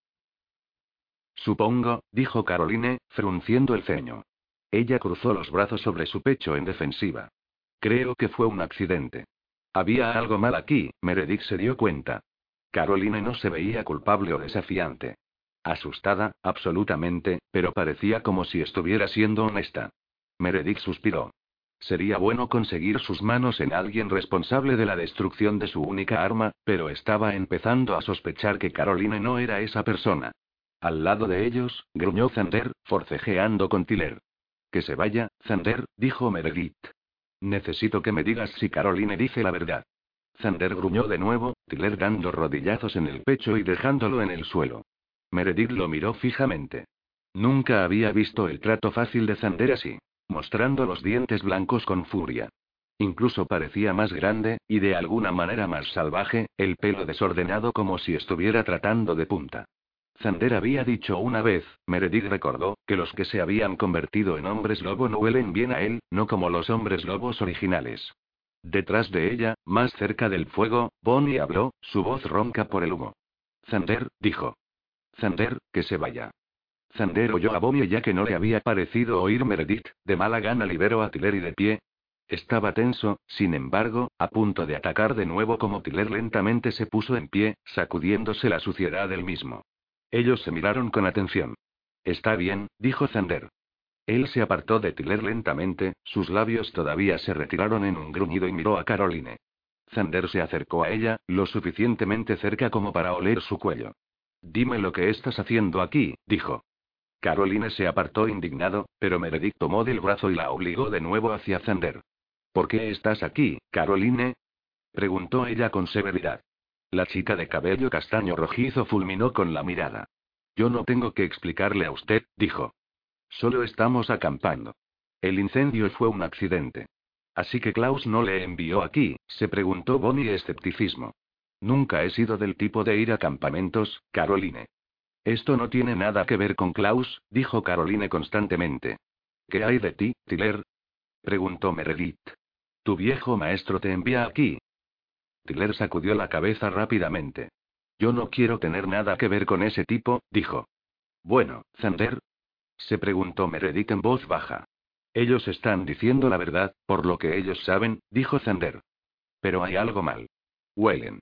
Supongo, dijo Caroline, frunciendo el ceño. Ella cruzó los brazos sobre su pecho en defensiva. Creo que fue un accidente. Había algo mal aquí, Meredith se dio cuenta. Caroline no se veía culpable o desafiante. Asustada, absolutamente, pero parecía como si estuviera siendo honesta. Meredith suspiró. Sería bueno conseguir sus manos en alguien responsable de la destrucción de su única arma, pero estaba empezando a sospechar que Caroline no era esa persona. Al lado de ellos, gruñó Xander, forcejeando con Tyler. Que se vaya, Xander, dijo Meredith. Necesito que me digas si Caroline dice la verdad. Xander gruñó de nuevo, Tyler dando rodillazos en el pecho y dejándolo en el suelo. Meredith lo miró fijamente. Nunca había visto el trato fácil de Xander así, mostrando los dientes blancos con furia. Incluso parecía más grande, y de alguna manera más salvaje, el pelo desordenado como si estuviera tratando de punta. Xander había dicho una vez, Meredith recordó, que los que se habían convertido en hombres lobo no huelen bien a él, no como los hombres lobos originales. Detrás de ella, más cerca del fuego, Bonnie habló, su voz ronca por el humo. Xander, dijo. Xander, que se vaya. Xander oyó a Bonnie ya que no le había parecido oír Meredith, de mala gana liberó a Tyler y de pie. Estaba tenso, sin embargo, a punto de atacar de nuevo como Tyler lentamente se puso en pie, sacudiéndose la suciedad del mismo. Ellos se miraron con atención. Está bien, dijo Xander. Él se apartó de Tyler lentamente, sus labios todavía se retiraron en un gruñido y miró a Caroline. Xander se acercó a ella, lo suficientemente cerca como para oler su cuello. Dime lo que estás haciendo aquí, dijo. Caroline se apartó indignado, pero Meredith tomó del brazo y la obligó de nuevo hacia Xander. ¿Por qué estás aquí, Caroline? Preguntó ella con severidad. La chica de cabello castaño rojizo fulminó con la mirada. Yo no tengo que explicarle a usted, dijo. Solo estamos acampando. El incendio fue un accidente. Así que Klaus no le envió aquí, se preguntó Bonnie escepticismo. Nunca he sido del tipo de ir a campamentos, Caroline. Esto no tiene nada que ver con Klaus, dijo Caroline constantemente. ¿Qué hay de ti, Tyler? Preguntó Meredith. Tu viejo maestro te envía aquí. Tyler sacudió la cabeza rápidamente. Yo no quiero tener nada que ver con ese tipo, dijo. Bueno, Xander. Se preguntó Meredith en voz baja. Ellos están diciendo la verdad, por lo que ellos saben, dijo Xander. Pero hay algo mal. Huelen.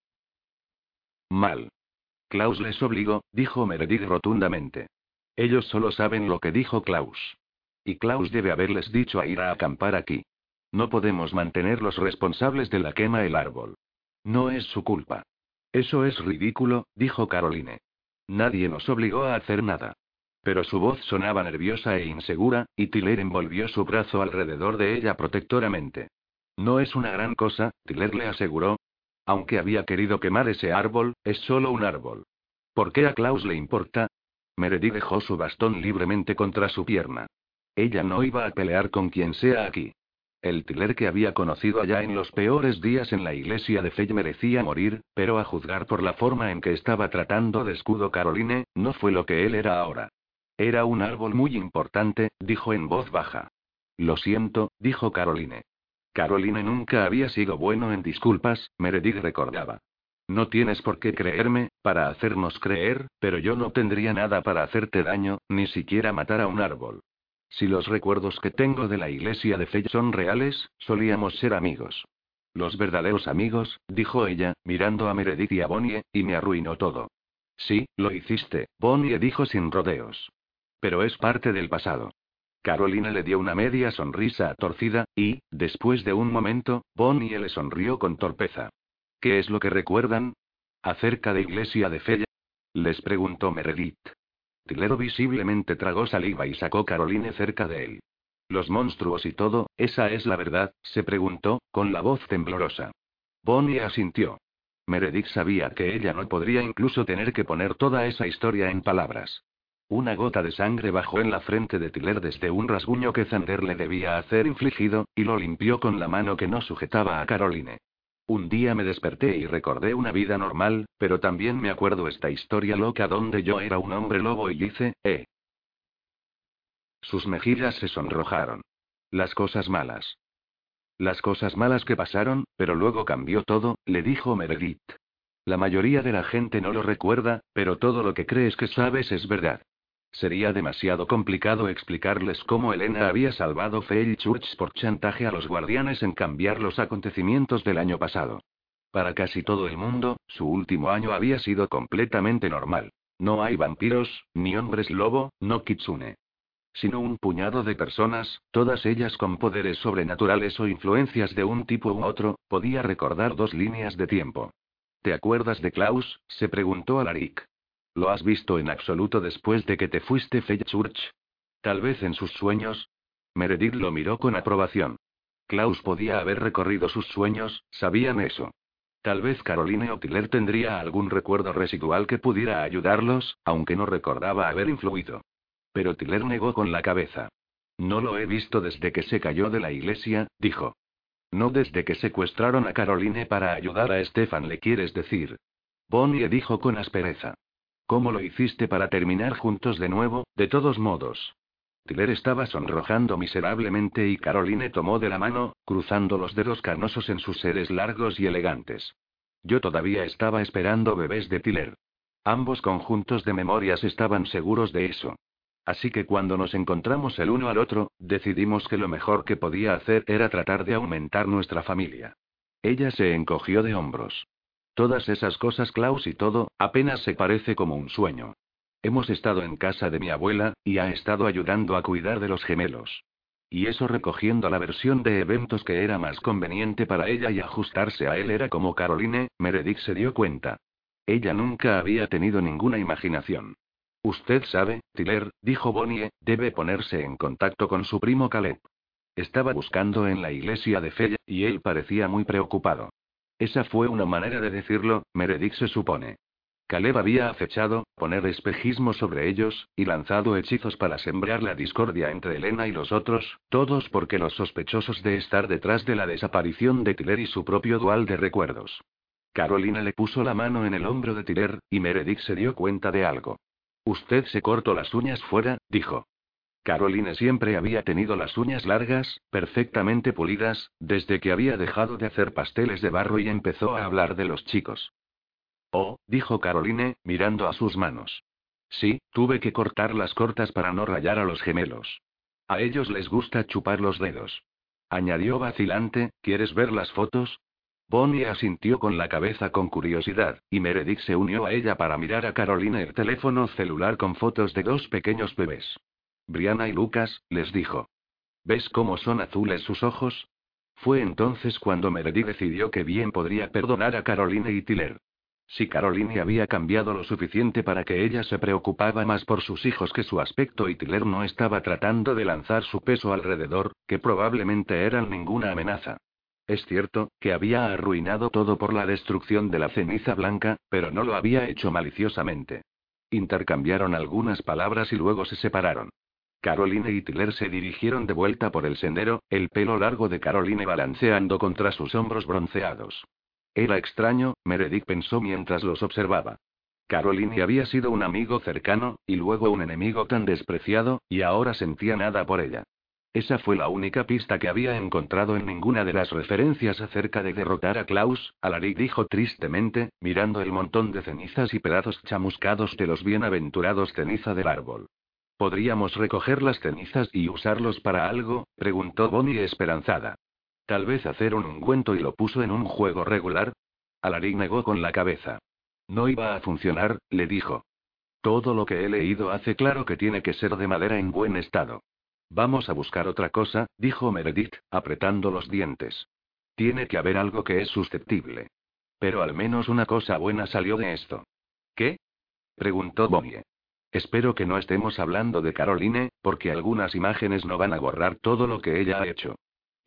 Mal. Klaus les obligó, dijo Meredith rotundamente. Ellos solo saben lo que dijo Klaus. Y Klaus debe haberles dicho a ir a acampar aquí. No podemos mantenerlos responsables de la quema del árbol. No es su culpa. Eso es ridículo, dijo Caroline. Nadie nos obligó a hacer nada. Pero su voz sonaba nerviosa e insegura, y Tyler envolvió su brazo alrededor de ella protectoramente. No es una gran cosa, Tyler le aseguró. Aunque había querido quemar ese árbol, es solo un árbol. ¿Por qué a Klaus le importa? Meredith dejó su bastón libremente contra su pierna. Ella no iba a pelear con quien sea aquí. El Tyler que había conocido allá en los peores días en la iglesia de Fey merecía morir, pero a juzgar por la forma en que estaba tratando de escudo Caroline, no fue lo que él era ahora. Era un árbol muy importante, dijo en voz baja. Lo siento, dijo Caroline. Caroline nunca había sido bueno en disculpas, Meredith recordaba. No tienes por qué creerme, para hacernos creer, pero yo no tendría nada para hacerte daño, ni siquiera matar a un árbol. Si los recuerdos que tengo de la iglesia de Fey son reales, solíamos ser amigos. Los verdaderos amigos, dijo ella, mirando a Meredith y a Bonnie, y me arruinó todo. Sí, lo hiciste, Bonnie dijo sin rodeos. Pero es parte del pasado. Caroline le dio una media sonrisa torcida, y, después de un momento, Bonnie le sonrió con torpeza. ¿Qué es lo que recuerdan? ¿Acerca de iglesia de Fey? Les preguntó Meredith. Tyler visiblemente tragó saliva y sacó Caroline cerca de él. Los monstruos y todo, ¿esa es la verdad?, se preguntó, con la voz temblorosa. Bonnie asintió. Meredith sabía que ella no podría incluso tener que poner toda esa historia en palabras. Una gota de sangre bajó en la frente de Tiller desde un rasguño que Xander le debía hacer infligido, y lo limpió con la mano que no sujetaba a Caroline. Un día me desperté y recordé una vida normal, pero también me acuerdo esta historia loca donde yo era un hombre lobo y hice. Sus mejillas se sonrojaron. Las cosas malas. Las cosas malas que pasaron, pero luego cambió todo, le dijo Meredith. La mayoría de la gente no lo recuerda, pero todo lo que crees que sabes es verdad. Sería demasiado complicado explicarles cómo Elena había salvado Fellchurch por chantaje a los guardianes en cambiar los acontecimientos del año pasado. Para casi todo el mundo, su último año había sido completamente normal. No hay vampiros, ni hombres lobo, no kitsune. Sino un puñado de personas, todas ellas con poderes sobrenaturales o influencias de un tipo u otro, podía recordar 2 líneas de tiempo. ¿Te acuerdas de Klaus?, se preguntó Alaric. ¿Lo has visto en absoluto después de que te fuiste Fellchurch? Tal vez en sus sueños. Meredith lo miró con aprobación. Klaus podía haber recorrido sus sueños, sabían eso. Tal vez Caroline o Tiller tendría algún recuerdo residual que pudiera ayudarlos, aunque no recordaba haber influido. Pero Tiller negó con la cabeza. No lo he visto desde que se cayó de la iglesia, dijo. No desde que secuestraron a Caroline para ayudar a Stefan, ¿le quieres decir? Bonnie dijo con aspereza. ¿Cómo lo hiciste para terminar juntos de nuevo, de todos modos? Tiller estaba sonrojando miserablemente y Caroline tomó de la mano, cruzando los dedos carnosos en sus seres largos y elegantes. Yo todavía estaba esperando bebés de Tiller. Ambos conjuntos de memorias estaban seguros de eso. Así que cuando nos encontramos el uno al otro, decidimos que lo mejor que podía hacer era tratar de aumentar nuestra familia. Ella se encogió de hombros. Todas esas cosas, Klaus y todo, apenas se parece como un sueño. Hemos estado en casa de mi abuela, y ha estado ayudando a cuidar de los gemelos. Y eso recogiendo la versión de eventos que era más conveniente para ella y ajustarse a él era como Caroline, Meredith se dio cuenta. Ella nunca había tenido ninguna imaginación. Usted sabe, Tiller, dijo Bonnie, debe ponerse en contacto con su primo Caleb. Estaba buscando en la iglesia de Fell, y él parecía muy preocupado. Esa fue una manera de decirlo, Meredith se supone. Caleb había acechado, poner espejismo sobre ellos, y lanzado hechizos para sembrar la discordia entre Elena y los otros, todos porque los sospechosos de estar detrás de la desaparición de Tiller y su propio dual de recuerdos. Caroline le puso la mano en el hombro de Tiller, y Meredith se dio cuenta de algo. Usted se cortó las uñas fuera, dijo. Caroline siempre había tenido las uñas largas, perfectamente pulidas, desde que había dejado de hacer pasteles de barro y empezó a hablar de los chicos. Oh, dijo Caroline, mirando a sus manos. Sí, tuve que cortarlas cortas para no rayar a los gemelos. A ellos les gusta chupar los dedos. Añadió vacilante, ¿quieres ver las fotos? Bonnie asintió con la cabeza con curiosidad, y Meredith se unió a ella para mirar a Caroline el teléfono celular con fotos de 2 pequeños bebés. Brianna y Lucas, les dijo. ¿Ves cómo son azules sus ojos? Fue entonces cuando Meredith decidió que bien podría perdonar a Caroline y Tiller. Si Caroline había cambiado lo suficiente para que ella se preocupaba más por sus hijos que su aspecto y Tiller no estaba tratando de lanzar su peso alrededor, que probablemente eran ninguna amenaza. Es cierto, que había arruinado todo por la destrucción de la ceniza blanca, pero no lo había hecho maliciosamente. Intercambiaron algunas palabras y luego se separaron. Caroline y Tiller se dirigieron de vuelta por el sendero, el pelo largo de Caroline balanceando contra sus hombros bronceados. Era extraño, Meredith pensó mientras los observaba. Caroline había sido un amigo cercano, y luego un enemigo tan despreciado, y ahora sentía nada por ella. Esa fue la única pista que había encontrado en ninguna de las referencias acerca de derrotar a Klaus, Alaric dijo tristemente, mirando el montón de cenizas y pedazos chamuscados de los bienaventurados ceniza del árbol. ¿Podríamos recoger las cenizas y usarlos para algo?, preguntó Bonnie esperanzada. Tal vez hacer un ungüento y lo puso en un juego regular. Alaric negó con la cabeza. No iba a funcionar, le dijo. Todo lo que he leído hace claro que tiene que ser de madera en buen estado. Vamos a buscar otra cosa, dijo Meredith, apretando los dientes. Tiene que haber algo que es susceptible. Pero al menos una cosa buena salió de esto. ¿Qué? Preguntó Bonnie. Espero que no estemos hablando de Caroline, porque algunas imágenes no van a borrar todo lo que ella ha hecho.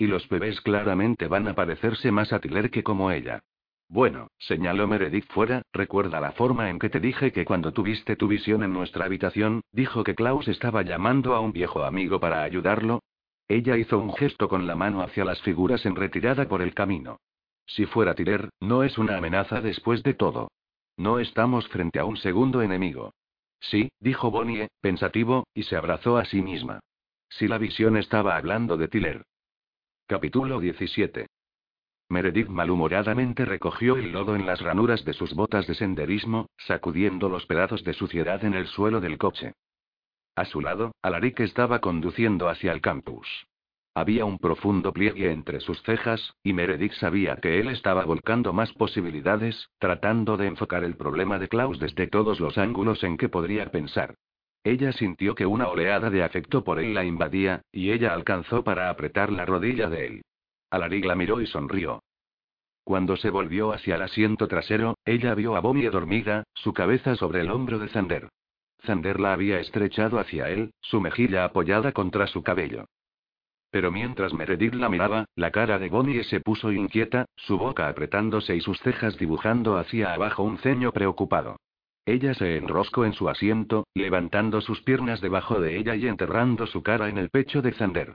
Y los bebés claramente van a parecerse más a Tyler que como ella. Bueno, señaló Meredith fuera, ¿recuerda la forma en que te dije que cuando tuviste tu visión en nuestra habitación, dijo que Klaus estaba llamando a un viejo amigo para ayudarlo? Ella hizo un gesto con la mano hacia las figuras en retirada por el camino. Si fuera Tyler, no es una amenaza después de todo. No estamos frente a un segundo enemigo. Sí, dijo Bonnie, pensativo, y se abrazó a sí misma. Si la visión estaba hablando de Tyler. Capítulo 17. Meredith malhumoradamente recogió el lodo en las ranuras de sus botas de senderismo, sacudiendo los pedazos de suciedad en el suelo del coche. A su lado, Alaric estaba conduciendo hacia el campus. Había un profundo pliegue entre sus cejas, y Meredith sabía que él estaba volcando más posibilidades, tratando de enfocar el problema de Klaus desde todos los ángulos en que podría pensar. Ella sintió que una oleada de afecto por él la invadía, y ella alcanzó para apretar la rodilla de él. Alaric la miró y sonrió. Cuando se volvió hacia el asiento trasero, ella vio a Bonnie dormida, su cabeza sobre el hombro de Xander. Xander la había estrechado hacia él, su mejilla apoyada contra su cabello. Pero mientras Meredith la miraba, la cara de Bonnie se puso inquieta, su boca apretándose y sus cejas dibujando hacia abajo un ceño preocupado. Ella se enroscó en su asiento, levantando sus piernas debajo de ella y enterrando su cara en el pecho de Xander.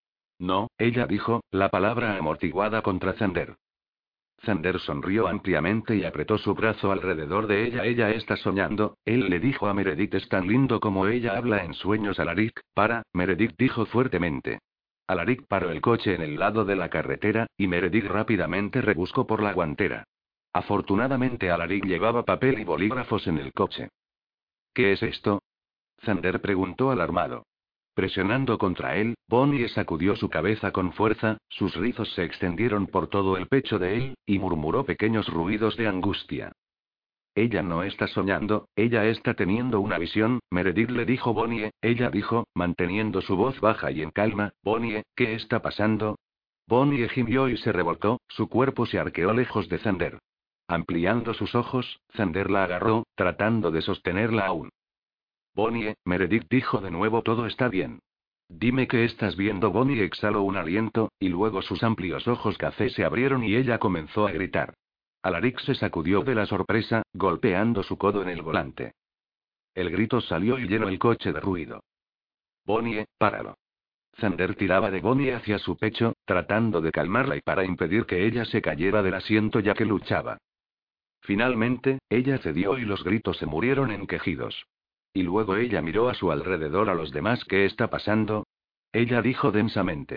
No, ella dijo, la palabra amortiguada contra Xander. Xander sonrió ampliamente y apretó su brazo alrededor de ella. Ella está soñando, él le dijo a Meredith. Es tan lindo como ella habla en sueños. Alaric, Meredith dijo fuertemente. Alaric paró el coche en el lado de la carretera, y Meredith rápidamente rebuscó por la guantera. Afortunadamente Alaric llevaba papel y bolígrafos en el coche. ¿Qué es esto? Xander preguntó alarmado. Presionando contra él, Bonnie sacudió su cabeza con fuerza, sus rizos se extendieron por todo el pecho de él, y murmuró pequeños ruidos de angustia. Ella no está soñando, ella está teniendo una visión, Meredith le dijo Bonnie. Ella dijo, manteniendo su voz baja y en calma, Bonnie, ¿qué está pasando? Bonnie gimió y se revolcó, su cuerpo se arqueó lejos de Xander. Ampliando sus ojos, Xander la agarró, tratando de sostenerla aún. Bonnie, Meredith dijo de nuevo. Todo está bien. Dime qué estás viendo. Bonnie exhaló un aliento, y luego sus amplios ojos café se abrieron y ella comenzó a gritar. Alaric se sacudió de la sorpresa, golpeando su codo en el volante. El grito salió y llenó el coche de ruido. Bonnie, páralo. Xander tiraba de Bonnie hacia su pecho, tratando de calmarla y para impedir que ella se cayera del asiento ya que luchaba. Finalmente, ella cedió y los gritos se murieron en quejidos. Y luego ella miró a su alrededor a los demás. ¿Qué está pasando? Ella dijo densamente.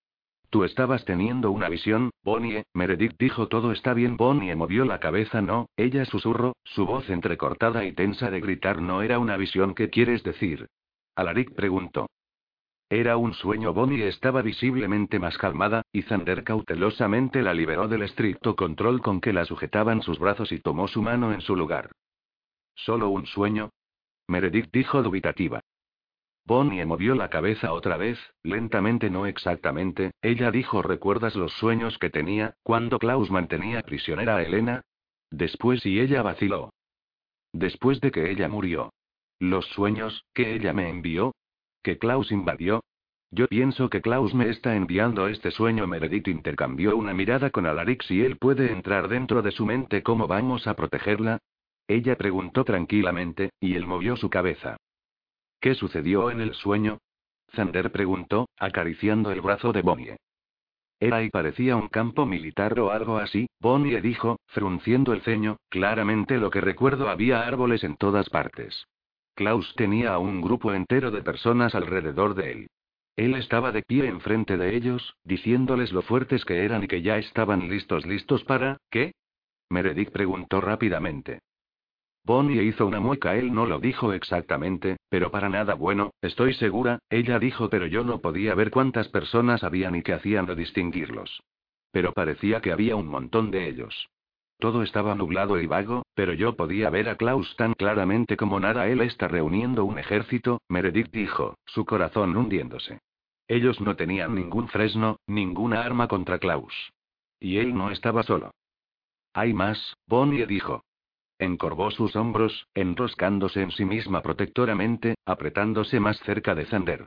Tú estabas teniendo una visión, Bonnie. Meredith dijo. Todo está bien. Bonnie movió la cabeza. No, ella susurró, su voz entrecortada y tensa de gritar. No era una visión. ¿Qué quieres decir? Alaric preguntó. Era un sueño. Bonnie estaba visiblemente más calmada, y Xander cautelosamente la liberó del estricto control con que la sujetaban sus brazos y tomó su mano en su lugar. ¿Solo un sueño? Meredith dijo dubitativa. Bonnie movió la cabeza otra vez, lentamente. No exactamente, ella dijo. ¿Recuerdas los sueños que tenía, cuando Klaus mantenía prisionera a Elena? Después. Y ella vaciló. Después de que ella murió. ¿Los sueños, que ella me envió? ¿Que Klaus invadió? Yo pienso que Klaus me está enviando este sueño. Meredith intercambió una mirada con Alaric. Si él puede entrar dentro de su mente, ¿cómo vamos a protegerla? Ella preguntó tranquilamente, y él movió su cabeza. ¿Qué sucedió en el sueño? Xander preguntó, acariciando el brazo de Bonnie. Era y parecía un campo militar o algo así, Bonnie dijo, frunciendo el ceño. Claramente lo que recuerdo. Había árboles en todas partes. Klaus tenía a un grupo entero de personas alrededor de él. Él estaba de pie enfrente de ellos, diciéndoles lo fuertes que eran y que ya estaban listos. ¿Listos para qué? Meredith preguntó rápidamente. Bonnie hizo una mueca. Él no lo dijo exactamente, pero para nada bueno, estoy segura, ella dijo. Pero yo no podía ver cuántas personas había ni qué hacían o distinguirlos. Pero parecía que había un montón de ellos. Todo estaba nublado y vago, pero yo podía ver a Klaus tan claramente como nada. Él está reuniendo un ejército, Meredith dijo, su corazón hundiéndose. Ellos no tenían ningún fresno, ninguna arma contra Klaus. Y él no estaba solo. Hay más, Bonnie dijo. Encorvó sus hombros, enroscándose en sí misma protectoramente, apretándose más cerca de Xander.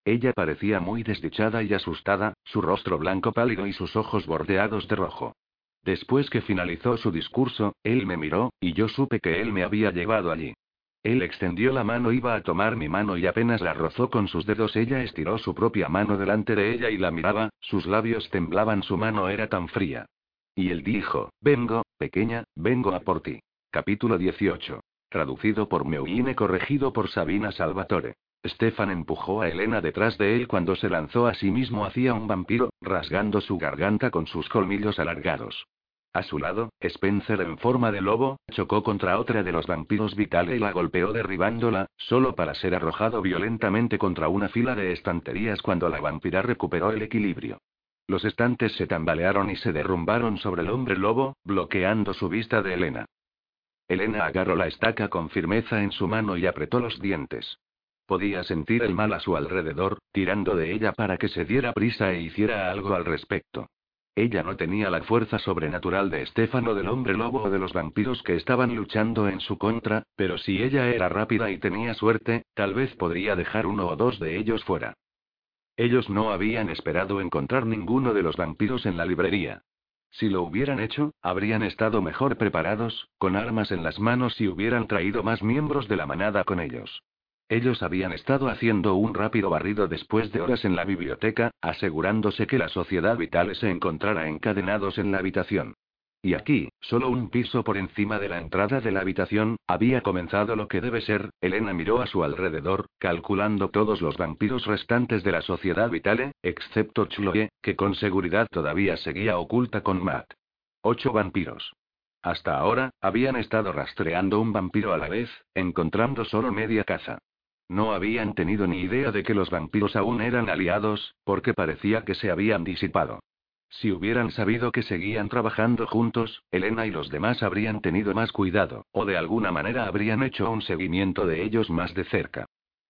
Ella parecía muy desdichada y asustada, su rostro blanco pálido y sus ojos bordeados de rojo. Después que finalizó su discurso, él me miró, y yo supe que él me había llevado allí. Él extendió la mano, iba a tomar mi mano y apenas la rozó con sus dedos. Ella estiró su propia mano delante de ella y la miraba, sus labios temblaban, su mano era tan fría. Y él dijo: vengo, pequeña, vengo a por ti. Capítulo 18. Traducido por Meugine, corregido por Sabina Salvatore. Stefan empujó a Elena detrás de él cuando se lanzó a sí mismo hacia un vampiro, rasgando su garganta con sus colmillos alargados. A su lado, Spencer en forma de lobo, chocó contra otra de los vampiros Vitale y la golpeó derribándola, solo para ser arrojado violentamente contra una fila de estanterías cuando la vampira recuperó el equilibrio. Los estantes se tambalearon y se derrumbaron sobre el hombre lobo, bloqueando su vista de Elena. Elena agarró la estaca con firmeza en su mano y apretó los dientes. Podía sentir el mal a su alrededor, tirando de ella para que se diera prisa e hiciera algo al respecto. Ella no tenía la fuerza sobrenatural de Stefan o del hombre lobo o de los vampiros que estaban luchando en su contra, pero si ella era rápida y tenía suerte, tal vez podría dejar uno o dos de ellos fuera. Ellos no habían esperado encontrar ninguno de los vampiros en la librería. Si lo hubieran hecho, habrían estado mejor preparados, con armas en las manos, y hubieran traído más miembros de la manada con ellos. Ellos habían estado haciendo un rápido barrido después de horas en la biblioteca, asegurándose que la sociedad Vitale se encontrara encadenados en la habitación. Y aquí, solo un piso por encima de la entrada de la habitación, había comenzado lo que debe ser. Elena miró a su alrededor, calculando todos los vampiros restantes de la sociedad Vitale, excepto Chloe, que con seguridad todavía seguía oculta con Matt. 8 vampiros. Hasta ahora, habían estado rastreando un vampiro a la vez, encontrando solo media caza. No habían tenido ni idea de que los vampiros aún eran aliados, porque parecía que se habían disipado. Si hubieran sabido que seguían trabajando juntos, Elena y los demás habrían tenido más cuidado, o de alguna manera habrían hecho un seguimiento de ellos más de cerca.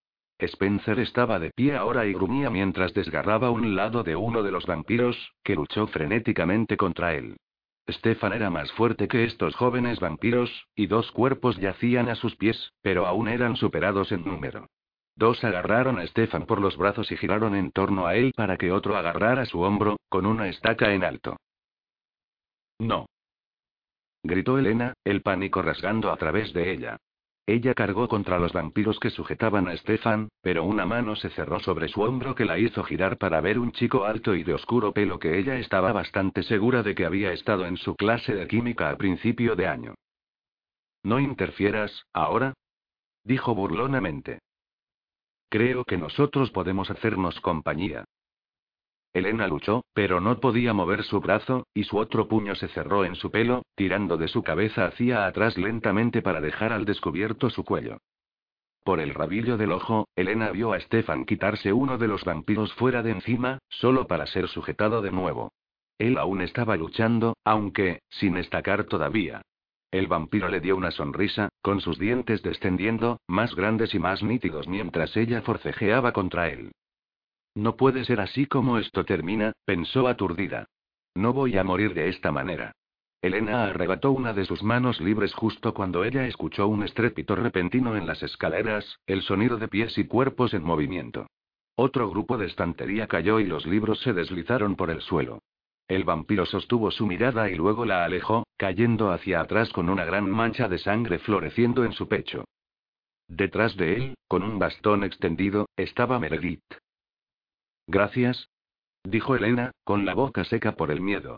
Spencer estaba de pie ahora y gruñía mientras desgarraba un lado de uno de los vampiros, que luchó frenéticamente contra él. Stefan era más fuerte que estos jóvenes vampiros, y 2 cuerpos yacían a sus pies, pero aún eran superados en número. 2 agarraron a Stefan por los brazos y giraron en torno a él para que otro agarrara su hombro, con una estaca en alto. No. Gritó Elena, el pánico rasgando a través de ella. Ella cargó contra los vampiros que sujetaban a Stefan, pero una mano se cerró sobre su hombro que la hizo girar para ver un chico alto y de oscuro pelo que ella estaba bastante segura de que había estado en su clase de química a principio de año. «No interfieras, ahora», dijo burlonamente. «Creo que nosotros podemos hacernos compañía». Elena luchó, pero no podía mover su brazo, y su otro puño se cerró en su pelo, tirando de su cabeza hacia atrás lentamente para dejar al descubierto su cuello. Por el rabillo del ojo, Elena vio a Stefan quitarse uno de los vampiros fuera de encima, solo para ser sujetado de nuevo. Él aún estaba luchando, aunque, sin estacar todavía. El vampiro le dio una sonrisa, con sus dientes descendiendo, más grandes y más nítidos mientras ella forcejeaba contra él. «No puede ser así como esto termina», pensó aturdida. «No voy a morir de esta manera». Elena arrebató una de sus manos libres justo cuando ella escuchó un estrépito repentino en las escaleras, el sonido de pies y cuerpos en movimiento. Otro grupo de estantería cayó y los libros se deslizaron por el suelo. El vampiro sostuvo su mirada y luego la alejó, cayendo hacia atrás con una gran mancha de sangre floreciendo en su pecho. Detrás de él, con un bastón extendido, estaba Meredith. «Gracias», dijo Elena, con la boca seca por el miedo.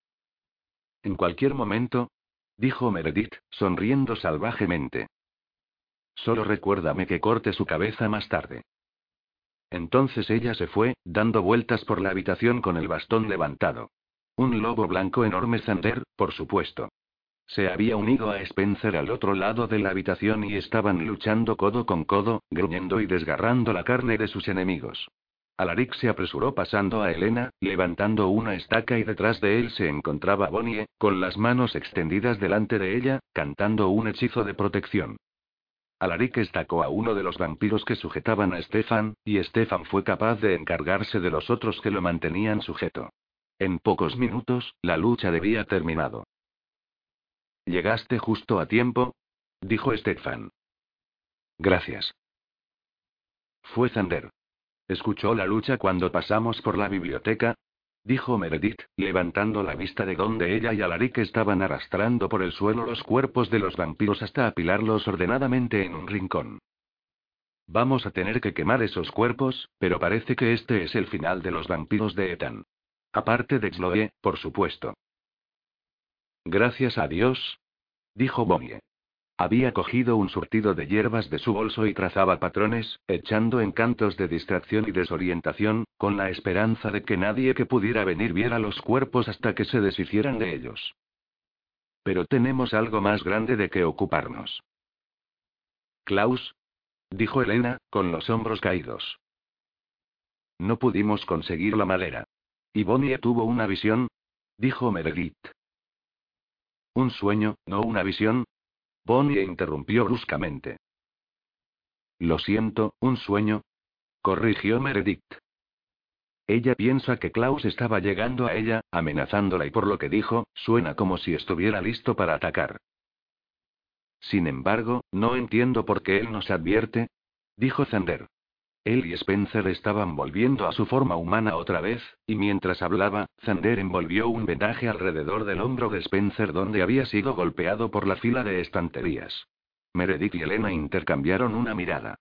«En cualquier momento», dijo Meredith, sonriendo salvajemente. «Solo recuérdame que corte su cabeza más tarde». Entonces ella se fue, dando vueltas por la habitación con el bastón levantado. Un lobo blanco enorme Zander, por supuesto. Se había unido a Spencer al otro lado de la habitación y estaban luchando codo con codo, gruñendo y desgarrando la carne de sus enemigos. Alaric se apresuró pasando a Elena, levantando una estaca, y detrás de él se encontraba Bonnie, con las manos extendidas delante de ella, cantando un hechizo de protección. Alaric estacó a uno de los vampiros que sujetaban a Stefan, y Stefan fue capaz de encargarse de los otros que lo mantenían sujeto. En pocos minutos, la lucha debía terminado. «Llegaste justo a tiempo», dijo Stefan. «Gracias». Fue Zander. ¿Escuchó la lucha cuando pasamos por la biblioteca? Dijo Meredith, levantando la vista de donde ella y Alaric estaban arrastrando por el suelo los cuerpos de los vampiros hasta apilarlos ordenadamente en un rincón. Vamos a tener que quemar esos cuerpos, pero parece que este es el final de los vampiros de Ethan. Aparte de Chloe, por supuesto. Gracias a Dios, dijo Bonnie. Había cogido un surtido de hierbas de su bolso y trazaba patrones, echando encantos de distracción y desorientación, con la esperanza de que nadie que pudiera venir viera los cuerpos hasta que se deshicieran de ellos. Pero tenemos algo más grande de que ocuparnos. Klaus, dijo Elena, con los hombros caídos. No pudimos conseguir la madera. ¿Y Bonnie tuvo una visión? Dijo Meredith. ¿Un sueño, no una visión? Bonnie interrumpió bruscamente. Lo siento, un sueño, corrigió Meredith. Ella piensa que Klaus estaba llegando a ella, amenazándola y por lo que dijo, suena como si estuviera listo para atacar. Sin embargo, no entiendo por qué él nos advierte, dijo Xander. Él y Spencer estaban volviendo a su forma humana otra vez, y mientras hablaba, Xander envolvió un vendaje alrededor del hombro de Spencer donde había sido golpeado por la fila de estanterías. Meredith y Elena intercambiaron una mirada.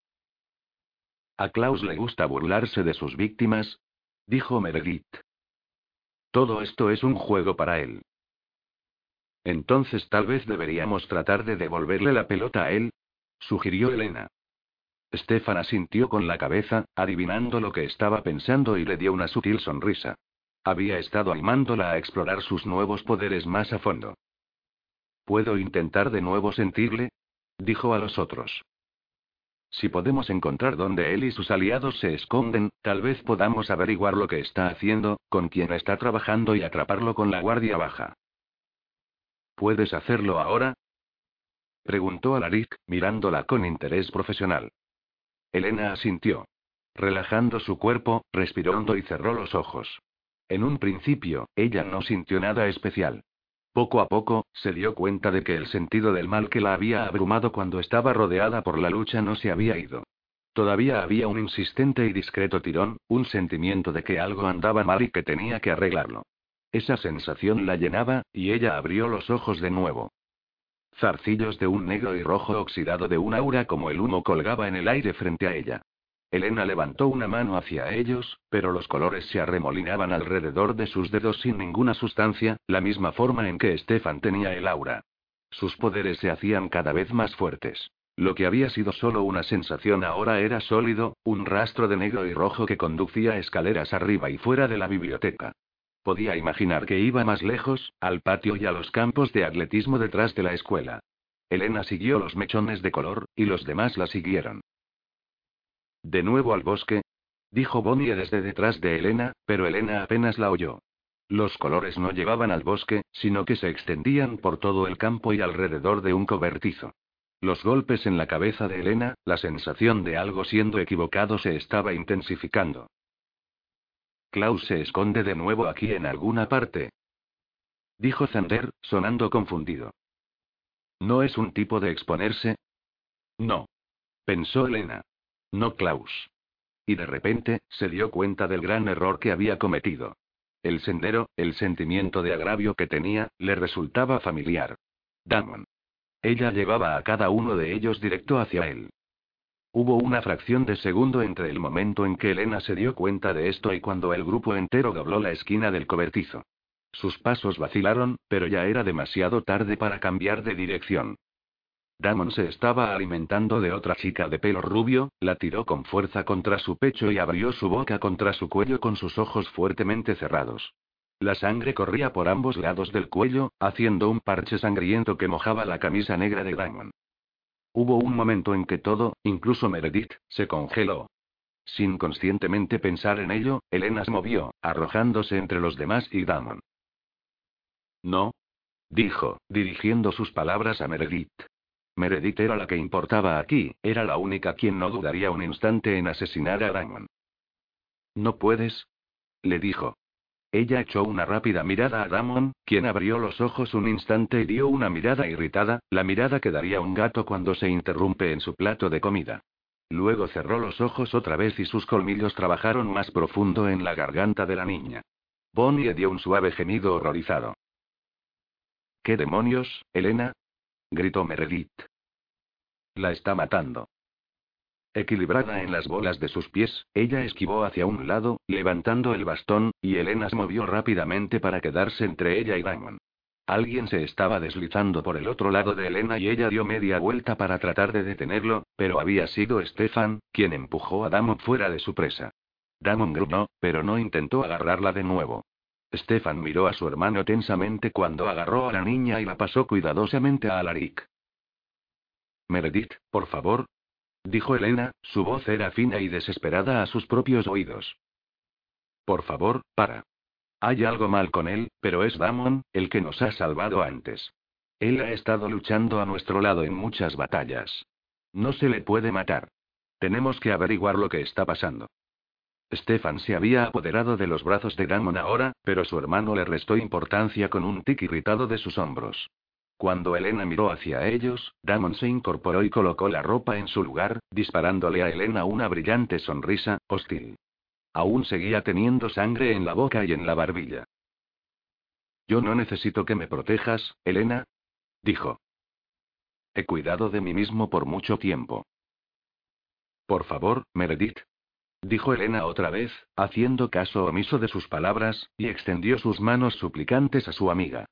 ¿A Klaus le gusta burlarse de sus víctimas?, dijo Meredith. Todo esto es un juego para él. Entonces tal vez deberíamos tratar de devolverle la pelota a él, sugirió Elena. Stefan asintió con la cabeza, adivinando lo que estaba pensando y le dio una sutil sonrisa. Había estado animándola a explorar sus nuevos poderes más a fondo. ¿Puedo intentar de nuevo sentirle?, dijo a los otros. Si podemos encontrar dónde él y sus aliados se esconden, tal vez podamos averiguar lo que está haciendo, con quién está trabajando y atraparlo con la guardia baja. ¿Puedes hacerlo ahora?, preguntó Alaric, mirándola con interés profesional. Elena asintió. Relajando su cuerpo, respiró hondo y cerró los ojos. En un principio, ella no sintió nada especial. Poco a poco, se dio cuenta de que el sentido del mal que la había abrumado cuando estaba rodeada por la lucha no se había ido. Todavía había un insistente y discreto tirón, un sentimiento de que algo andaba mal y que tenía que arreglarlo. Esa sensación la llenaba, y ella abrió los ojos de nuevo. Zarcillos de un negro y rojo oxidado de un aura como el humo colgaba en el aire frente a ella. Elena levantó una mano hacia ellos, pero los colores se arremolinaban alrededor de sus dedos sin ninguna sustancia, la misma forma en que Stefan tenía el aura. Sus poderes se hacían cada vez más fuertes. Lo que había sido solo una sensación ahora era sólido, un rastro de negro y rojo que conducía escaleras arriba y fuera de la biblioteca. Podía imaginar que iba más lejos, al patio y a los campos de atletismo detrás de la escuela. Elena siguió los mechones de color, y los demás la siguieron. De nuevo al bosque, dijo Bonnie desde detrás de Elena, pero Elena apenas la oyó. Los colores no llevaban al bosque, sino que se extendían por todo el campo y alrededor de un cobertizo. Los golpes en la cabeza de Elena, la sensación de algo siendo equivocado se estaba intensificando. Klaus se esconde de nuevo aquí en alguna parte, dijo Xander, sonando confundido. ¿No es un tipo de exponerse? No, pensó Elena. No Klaus. Y de repente, se dio cuenta del gran error que había cometido. El sendero, el sentimiento de agravio que tenía, le resultaba familiar. Damon. Ella llevaba a cada uno de ellos directo hacia él. Hubo una fracción de segundo entre el momento en que Elena se dio cuenta de esto y cuando el grupo entero dobló la esquina del cobertizo. Sus pasos vacilaron, pero ya era demasiado tarde para cambiar de dirección. Damon se estaba alimentando de otra chica de pelo rubio, la tiró con fuerza contra su pecho y abrió su boca contra su cuello con sus ojos fuertemente cerrados. La sangre corría por ambos lados del cuello, haciendo un parche sangriento que mojaba la camisa negra de Damon. Hubo un momento en que todo, incluso Meredith, se congeló. Sin conscientemente pensar en ello, Elena se movió, arrojándose entre los demás y Damon. No, dijo, dirigiendo sus palabras a Meredith. Meredith era la que importaba aquí, era la única quien no dudaría un instante en asesinar a Damon. No puedes, le dijo. Ella echó una rápida mirada a Damon, quien abrió los ojos un instante y dio una mirada irritada, la mirada que daría un gato cuando se interrumpe en su plato de comida. luego cerró los ojos otra vez y sus colmillos trabajaron más profundo en la garganta de la niña. Bonnie dio un suave gemido horrorizado. ¿Qué demonios, Elena? Gritó Meredith. La está matando. Equilibrada en las bolas de sus pies, ella esquivó hacia un lado, levantando el bastón, y Elena se movió rápidamente para quedarse entre ella y Damon. Alguien se estaba deslizando por el otro lado de Elena y ella dio media vuelta para tratar de detenerlo, pero había sido Stefan, quien empujó a Damon fuera de su presa. Damon gruñó, pero no intentó agarrarla de nuevo. Stefan miró a su hermano tensamente cuando agarró a la niña y la pasó cuidadosamente a Alaric. Meredith, por favor, dijo Elena, su voz era fina y desesperada a sus propios oídos. Por favor, para. Hay algo mal con él, pero es Damon, el que nos ha salvado antes. Él ha estado luchando a nuestro lado en muchas batallas. No se le puede matar. Tenemos que averiguar lo que está pasando. Stefan se había apoderado de los brazos de Damon ahora, pero su hermano le restó importancia con un tic irritado de sus hombros. Cuando Elena miró hacia ellos, Damon se incorporó y colocó la ropa en su lugar, disparándole a Elena una brillante sonrisa, hostil. Aún seguía teniendo sangre en la boca y en la barbilla. Yo no necesito que me protejas, Elena, dijo. He cuidado de mí mismo por mucho tiempo. Por favor, Meredith, dijo Elena otra vez, haciendo caso omiso de sus palabras, y extendió sus manos suplicantes a su amiga.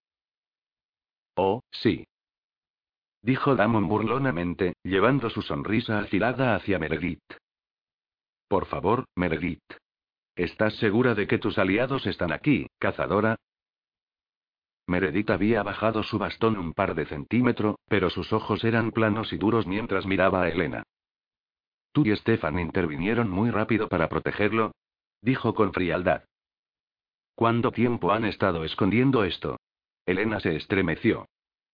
Oh, sí, dijo Damon burlonamente, llevando su sonrisa afilada hacia Meredith. Por favor, Meredith. ¿Estás segura de que tus aliados están aquí, cazadora? Meredith había bajado su bastón un par de centímetros, pero sus ojos eran planos y duros mientras miraba a Elena. Tú y Stefan intervinieron muy rápido para protegerlo, dijo con frialdad. ¿Cuánto tiempo han estado escondiendo esto? Elena se estremeció.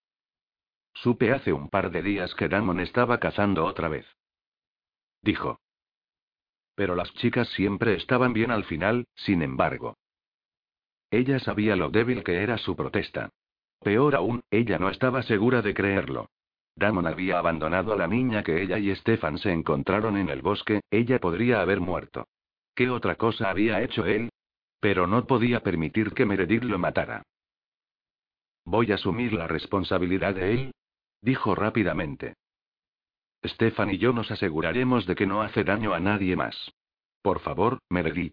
Supe hace un par de días que Damon estaba cazando otra vez, dijo. Pero las chicas siempre estaban bien al final, sin embargo. Ella sabía lo débil que era su protesta. Peor aún, ella no estaba segura de creerlo. Damon había abandonado a la niña que ella y Stefan se encontraron en el bosque, ella podría haber muerto. ¿Qué otra cosa había hecho él? Pero no podía permitir que Meredith lo matara. Voy a asumir la responsabilidad de él, dijo rápidamente. Stefan y yo nos aseguraremos de que no hace daño a nadie más. Por favor, Meredith.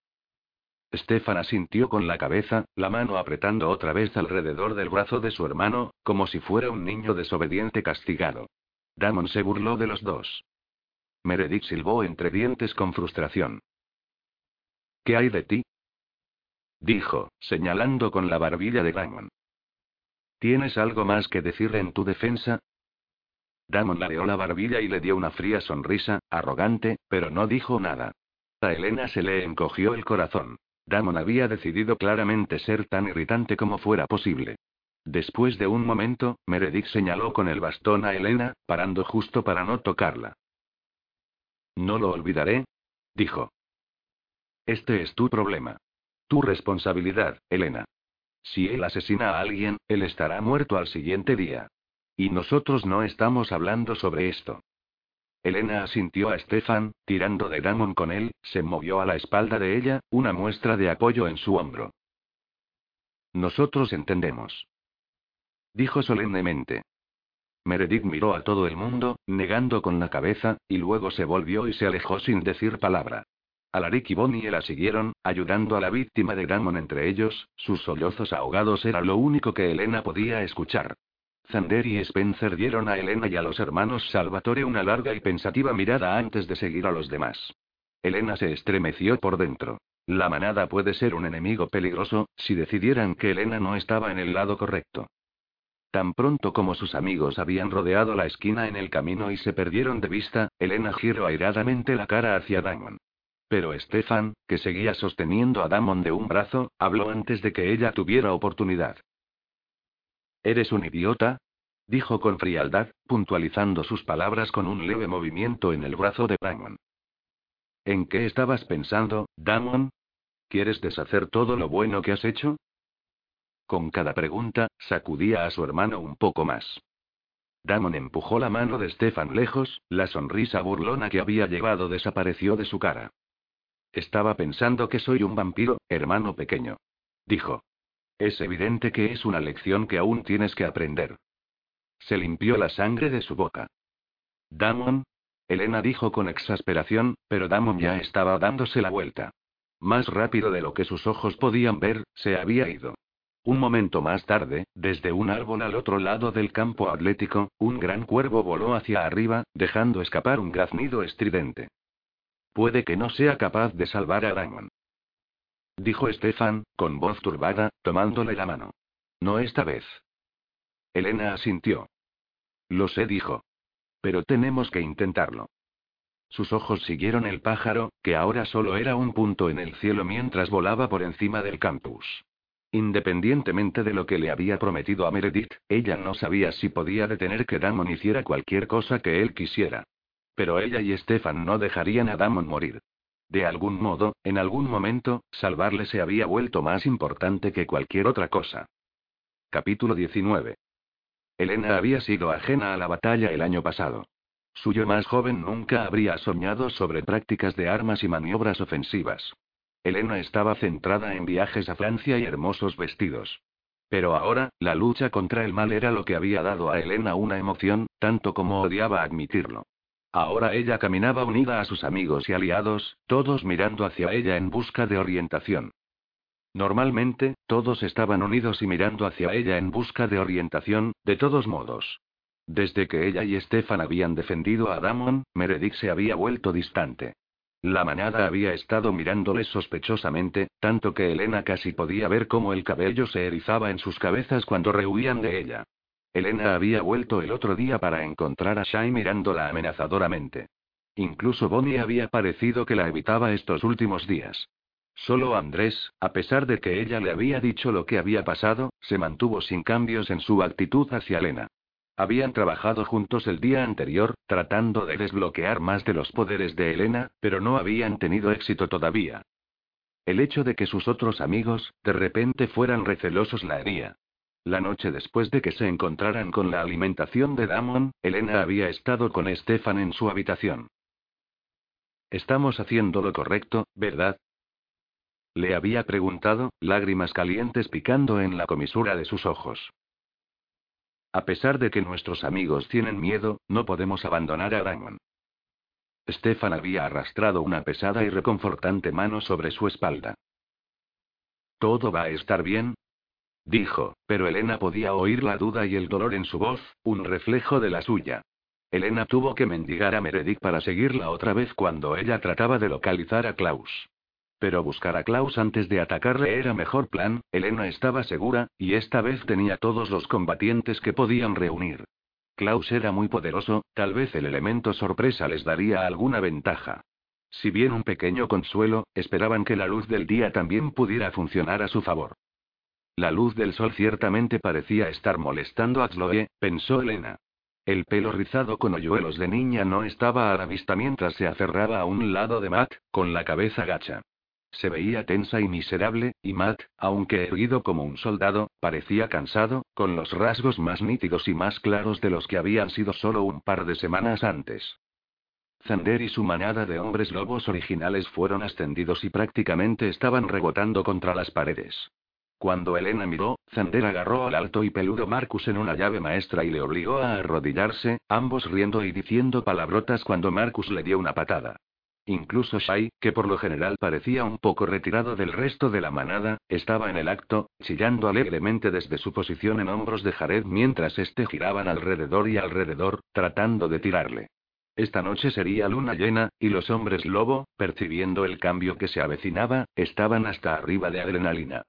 Stefan asintió con la cabeza, la mano apretando otra vez alrededor del brazo de su hermano, como si fuera un niño desobediente castigado. Damon se burló de los dos. Meredith silbó entre dientes con frustración. ¿Qué hay de ti? Dijo, señalando con la barbilla de Damon. ¿Tienes algo más que decir en tu defensa? Damon ladeó la barbilla y le dio una fría sonrisa, arrogante, pero no dijo nada. A Elena se le encogió el corazón. Damon había decidido claramente ser tan irritante como fuera posible. Después de un momento, Meredith señaló con el bastón a Elena, parando justo para no tocarla. No lo olvidaré, dijo. Este es tu problema. Tu responsabilidad, Elena. Si él asesina a alguien, él estará muerto al siguiente día. Y nosotros no estamos hablando sobre esto. Elena asintió a Stefan, tirando de Damon con él, se movió a la espalda de ella, una muestra de apoyo en su hombro. Nosotros entendemos, dijo solemnemente. Meredith miró a todo el mundo, negando con la cabeza, y luego se volvió y se alejó sin decir palabra. Alaric y Bonnie la siguieron, ayudando a la víctima de Damon entre ellos, sus sollozos ahogados era lo único que Elena podía escuchar. Xander y Spencer dieron a Elena y a los hermanos Salvatore una larga y pensativa mirada antes de seguir a los demás. Elena se estremeció por dentro. La manada puede ser un enemigo peligroso, si decidieran que Elena no estaba en el lado correcto. Tan pronto como sus amigos habían rodeado la esquina en el camino y se perdieron de vista, Elena giró airadamente la cara hacia Damon. Pero Stefan, que seguía sosteniendo a Damon de un brazo, habló antes de que ella tuviera oportunidad. «Eres un idiota», dijo con frialdad, puntualizando sus palabras con un leve movimiento en el brazo de Damon. «¿En qué estabas pensando, Damon? ¿Quieres deshacer todo lo bueno que has hecho?» Con cada pregunta, sacudía a su hermano un poco más. Damon empujó la mano de Stefan lejos, la sonrisa burlona que había llevado desapareció de su cara. Estaba pensando que soy un vampiro, hermano pequeño. Dijo. Es evidente que es una lección que aún tienes que aprender. Se limpió la sangre de su boca. Damon. Elena dijo con exasperación, pero Damon ya estaba dándose la vuelta. Más rápido de lo que sus ojos podían ver, se había ido. Un momento más tarde, desde un árbol al otro lado del campo atlético, un gran cuervo voló hacia arriba, dejando escapar un graznido estridente. Puede que no sea capaz de salvar a Damon, dijo Stefan, con voz turbada, tomándole la mano. No esta vez. Elena asintió. Lo sé, dijo. Pero tenemos que intentarlo. Sus ojos siguieron el pájaro, que ahora solo era un punto en el cielo mientras volaba por encima del campus. Independientemente de lo que le había prometido a Meredith, ella no sabía si podía detener que Damon hiciera cualquier cosa que él quisiera. Pero ella y Stefan no dejarían a Damon morir. De algún modo, en algún momento, salvarle se había vuelto más importante que cualquier otra cosa. Capítulo 19. Elena había sido ajena a la batalla el año pasado. Su yo más joven nunca habría soñado sobre prácticas de armas y maniobras ofensivas. Elena estaba centrada en viajes a Francia y hermosos vestidos. Pero ahora, la lucha contra el mal era lo que había dado a Elena una emoción, tanto como odiaba admitirlo. Ahora ella caminaba unida a sus amigos y aliados, todos mirando hacia ella en busca de orientación. Normalmente, todos estaban unidos y mirando hacia ella en busca de orientación, de todos modos. Desde que ella y Stefan habían defendido a Damon, Meredith se había vuelto distante. La manada había estado mirándoles sospechosamente, tanto que Elena casi podía ver cómo el cabello se erizaba en sus cabezas cuando rehuían de ella. Elena había vuelto el otro día para encontrar a Shai mirándola amenazadoramente. Incluso Bonnie había parecido que la evitaba estos últimos días. Solo Andrés, a pesar de que ella le había dicho lo que había pasado, se mantuvo sin cambios en su actitud hacia Elena. Habían trabajado juntos el día anterior, tratando de desbloquear más de los poderes de Elena, pero no habían tenido éxito todavía. El hecho de que sus otros amigos, de repente fueran recelosos la hería. La noche después de que se encontraran con la alimentación de Damon, Elena había estado con Stefan en su habitación. Estamos haciendo lo correcto, ¿verdad? Le había preguntado, lágrimas calientes picando en la comisura de sus ojos. A pesar de que nuestros amigos tienen miedo, no podemos abandonar a Damon. Stefan había arrastrado una pesada y reconfortante mano sobre su espalda. Todo va a estar bien, dijo, pero Elena podía oír la duda y el dolor en su voz, un reflejo de la suya. Elena tuvo que mendigar a Meredith para seguirla otra vez cuando ella trataba de localizar a Klaus. Pero buscar a Klaus antes de atacarle era mejor plan, Elena estaba segura, y esta vez tenía todos los combatientes que podían reunir. Klaus era muy poderoso, tal vez el elemento sorpresa les daría alguna ventaja. Si bien un pequeño consuelo, esperaban que la luz del día también pudiera funcionar a su favor. La luz del sol ciertamente parecía estar molestando a Chloe, pensó Elena. El pelo rizado con hoyuelos de niña no estaba a la vista mientras se aferraba a un lado de Matt, con la cabeza gacha. Se veía tensa y miserable, y Matt, aunque erguido como un soldado, parecía cansado, con los rasgos más nítidos y más claros de los que habían sido solo un par de semanas antes. Xander y su manada de hombres lobos originales fueron ascendidos y prácticamente estaban rebotando contra las paredes. Cuando Elena miró, Xander agarró al alto y peludo Marcus en una llave maestra y le obligó a arrodillarse, ambos riendo y diciendo palabrotas cuando Marcus le dio una patada. Incluso Shai, que por lo general parecía un poco retirado del resto de la manada, estaba en el acto, chillando alegremente desde su posición en hombros de Jared mientras giraban alrededor y alrededor, tratando de tirarle. Esta noche sería luna llena, y los hombres lobo, percibiendo el cambio que se avecinaba, estaban hasta arriba de adrenalina.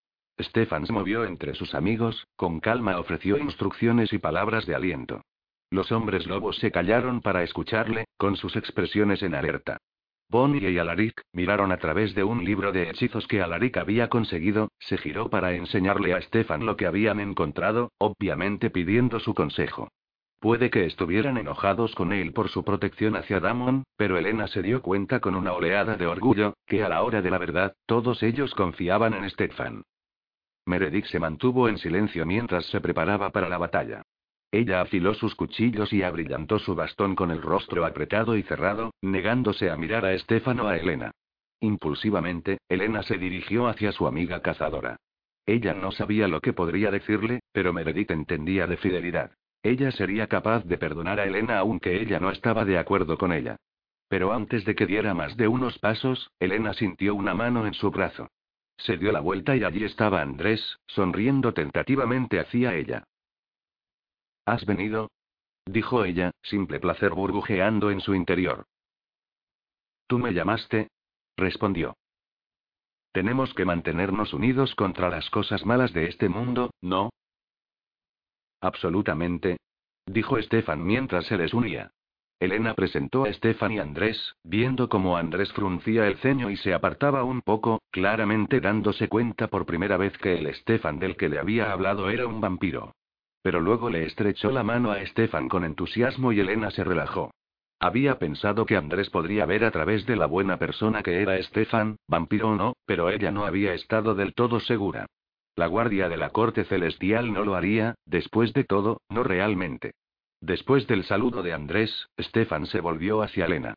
Stefan se movió entre sus amigos, con calma ofreció instrucciones y palabras de aliento. Los hombres lobos se callaron para escucharle, con sus expresiones en alerta. Bonnie y Alaric miraron a través de un libro de hechizos que Alaric había conseguido, se giró para enseñarle a Stefan lo que habían encontrado, obviamente pidiendo su consejo. Puede que estuvieran enojados con él por su protección hacia Damon, pero Elena se dio cuenta con una oleada de orgullo, que a la hora de la verdad, todos ellos confiaban en Stefan. Meredith se mantuvo en silencio mientras se preparaba para la batalla. Ella afiló sus cuchillos y abrillantó su bastón con el rostro apretado y cerrado, negándose a mirar a Stefan o a Elena. Impulsivamente, Elena se dirigió hacia su amiga cazadora. Ella no sabía lo que podría decirle, pero Meredith entendía de fidelidad. Ella sería capaz de perdonar a Elena aunque ella no estaba de acuerdo con ella. Pero antes de que diera más de unos pasos, Elena sintió una mano en su brazo. Se dio la vuelta y allí estaba Andrés, sonriendo tentativamente hacia ella. ¿Has venido?, dijo ella, simple placer burbujeando en su interior. ¿Tú me llamaste?, respondió. Tenemos que mantenernos unidos contra las cosas malas de este mundo, ¿no? Absolutamente, dijo Stefan mientras se les unía. Elena presentó a Stefan y Andrés, viendo cómo Andrés fruncía el ceño y se apartaba un poco, claramente dándose cuenta por primera vez que el Stefan del que le había hablado era un vampiro. Pero luego le estrechó la mano a Stefan con entusiasmo y Elena se relajó. Había pensado que Andrés podría ver a través de la buena persona que era Stefan, vampiro o no, pero ella no había estado del todo segura. La guardia de la corte celestial no lo haría, después de todo, no realmente. Después del saludo de Andrés, Stefan se volvió hacia Elena.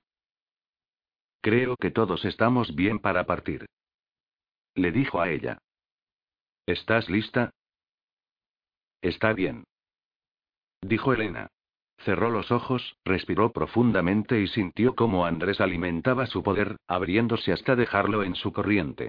Creo que todos estamos bien para partir, le dijo a ella. ¿Estás lista? Está bien, dijo Elena. Cerró los ojos, respiró profundamente y sintió cómo Andrés alimentaba su poder, abriéndose hasta dejarlo en su corriente.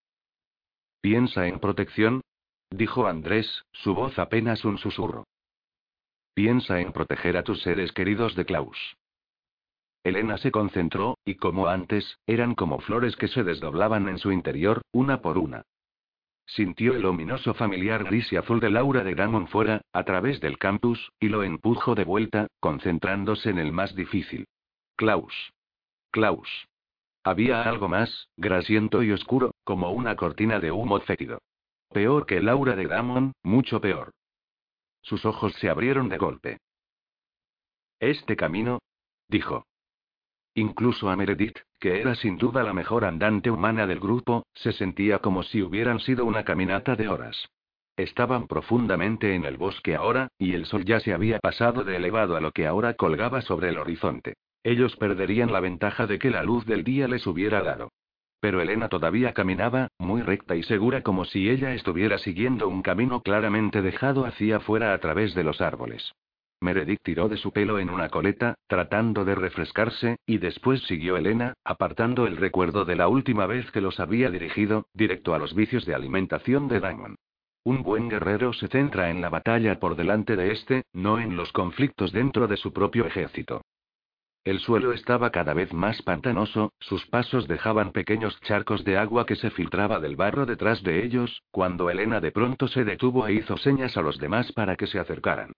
¿Piensa en protección?, dijo Andrés, su voz apenas un susurro. Piensa en proteger a tus seres queridos de Klaus. Elena se concentró, y como antes, eran como flores que se desdoblaban en su interior, una por una. Sintió el ominoso familiar gris y azul del aura de Damon fuera, a través del campus, y lo empujó de vuelta, concentrándose en el más difícil. Klaus. Klaus. Había algo más, grasiento y oscuro, como una cortina de humo fétido. Peor que el aura de Damon, mucho peor. Sus ojos se abrieron de golpe. ¿Este camino?, dijo. Incluso a Meredith, que era sin duda la mejor andante humana del grupo, se sentía como si hubieran sido una caminata de horas. Estaban profundamente en el bosque ahora, y el sol ya se había pasado de elevado a lo que ahora colgaba sobre el horizonte. Ellos perderían la ventaja de que la luz del día les hubiera dado. Pero Elena todavía caminaba, muy recta y segura como si ella estuviera siguiendo un camino claramente dejado hacia afuera a través de los árboles. Meredith tiró de su pelo en una coleta, tratando de refrescarse, y después siguió Elena, apartando el recuerdo de la última vez que los había dirigido, directo a los vicios de alimentación de Damon. Un buen guerrero se centra en la batalla por delante de este, no en los conflictos dentro de su propio ejército. El suelo estaba cada vez más pantanoso, sus pasos dejaban pequeños charcos de agua que se filtraba del barro detrás de ellos, cuando Elena de pronto se detuvo e hizo señas a los demás para que se acercaran.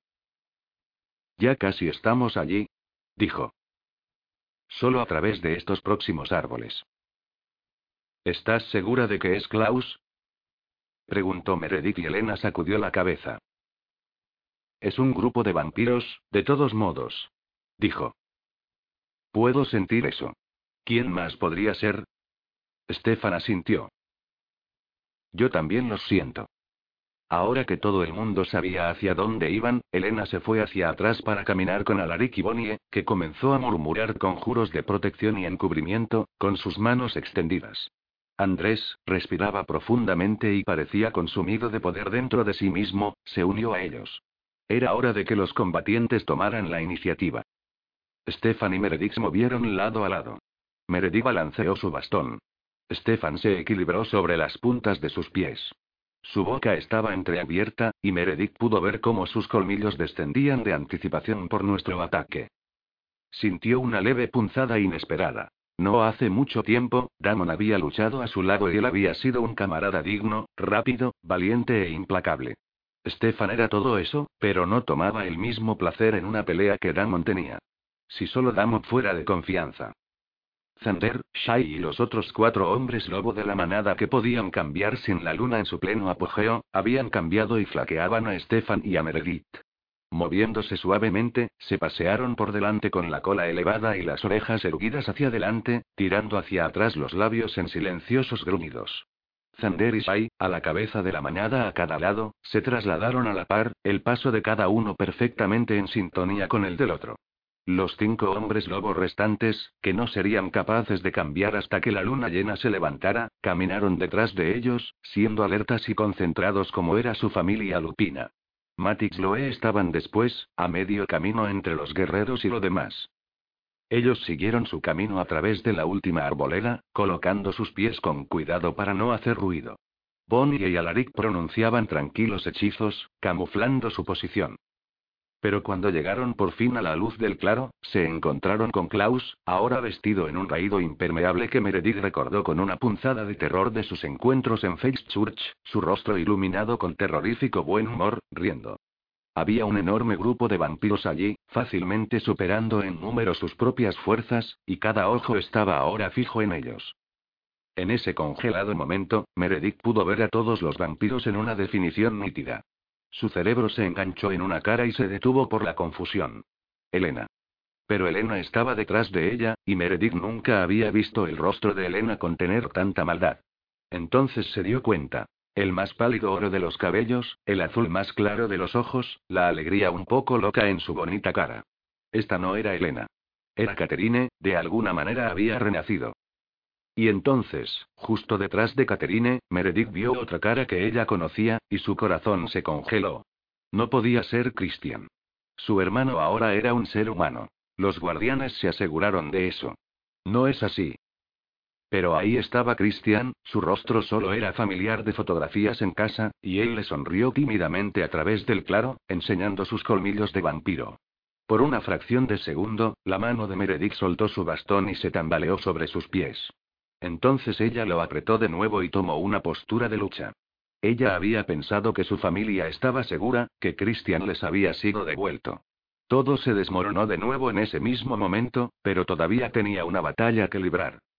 Ya casi estamos allí, dijo. Solo a través de estos próximos árboles. ¿Estás segura de que es Klaus?, preguntó Meredith y Elena sacudió la cabeza. Es un grupo de vampiros, de todos modos, dijo. Puedo sentir eso. ¿Quién más podría ser? Stefan asintió. Yo también los siento. Ahora que todo el mundo sabía hacia dónde iban, Elena se fue hacia atrás para caminar con Alaric y Bonnie, que comenzó a murmurar conjuros de protección y encubrimiento, con sus manos extendidas. Andrés, respiraba profundamente y parecía consumido de poder dentro de sí mismo, se unió a ellos. Era hora de que los combatientes tomaran la iniciativa. Stefan y Meredith se movieron lado a lado. Meredith balanceó su bastón. Stefan se equilibró sobre las puntas de sus pies. Su boca estaba entreabierta, y Meredith pudo ver cómo sus colmillos descendían de anticipación por nuestro ataque. Sintió una leve punzada inesperada. No hace mucho tiempo, Damon había luchado a su lado y él había sido un camarada digno, rápido, valiente e implacable. Stefan era todo eso, pero no tomaba el mismo placer en una pelea que Damon tenía. Si solo Damon fuera de confianza. Xander, Shai y los otros 4 hombres lobo de la manada que podían cambiar sin la luna en su pleno apogeo, habían cambiado y flaqueaban a Stefan y a Meredith. Moviéndose suavemente, se pasearon por delante con la cola elevada y las orejas erguidas hacia adelante, tirando hacia atrás los labios en silenciosos gruñidos. Xander y Shai, a la cabeza de la manada a cada lado, se trasladaron a la par, el paso de cada uno perfectamente en sintonía con el del otro. Los 5 hombres lobos restantes, que no serían capaces de cambiar hasta que la luna llena se levantara, caminaron detrás de ellos, siendo alertas y concentrados como era su familia lupina. Matt y Chloe estaban después, a medio camino entre los guerreros y lo demás. Ellos siguieron su camino a través de la última arboleda, colocando sus pies con cuidado para no hacer ruido. Bonnie y Alaric pronunciaban tranquilos hechizos, camuflando su posición. Pero cuando llegaron por fin a la luz del claro, se encontraron con Klaus, ahora vestido en un raído impermeable que Meredith recordó con una punzada de terror de sus encuentros en Face Church, su rostro iluminado con terrorífico buen humor, riendo. Había un enorme grupo de vampiros allí, fácilmente superando en número sus propias fuerzas, y cada ojo estaba ahora fijo en ellos. En ese congelado momento, Meredith pudo ver a todos los vampiros en una definición nítida. Su cerebro se enganchó en una cara y se detuvo por la confusión. Elena. Pero Elena estaba detrás de ella, y Meredith nunca había visto el rostro de Elena contener tanta maldad. Entonces se dio cuenta. El más pálido oro de los cabellos, el azul más claro de los ojos, la alegría un poco loca en su bonita cara. Esta no era Elena. Era Catherine, de alguna manera había renacido. Y entonces, justo detrás de Catherine, Meredith vio otra cara que ella conocía, y su corazón se congeló. No podía ser Christian. Su hermano ahora era un ser humano. Los guardianes se aseguraron de eso. No es así. Pero ahí estaba Christian, su rostro solo era familiar de fotografías en casa, y él le sonrió tímidamente a través del claro, enseñando sus colmillos de vampiro. Por una fracción de segundo, la mano de Meredith soltó su bastón y se tambaleó sobre sus pies. Entonces ella lo apretó de nuevo y tomó una postura de lucha. Ella había pensado que su familia estaba segura, que Christian les había sido devuelto. Todo se desmoronó de nuevo en ese mismo momento, pero todavía tenía una batalla que librar.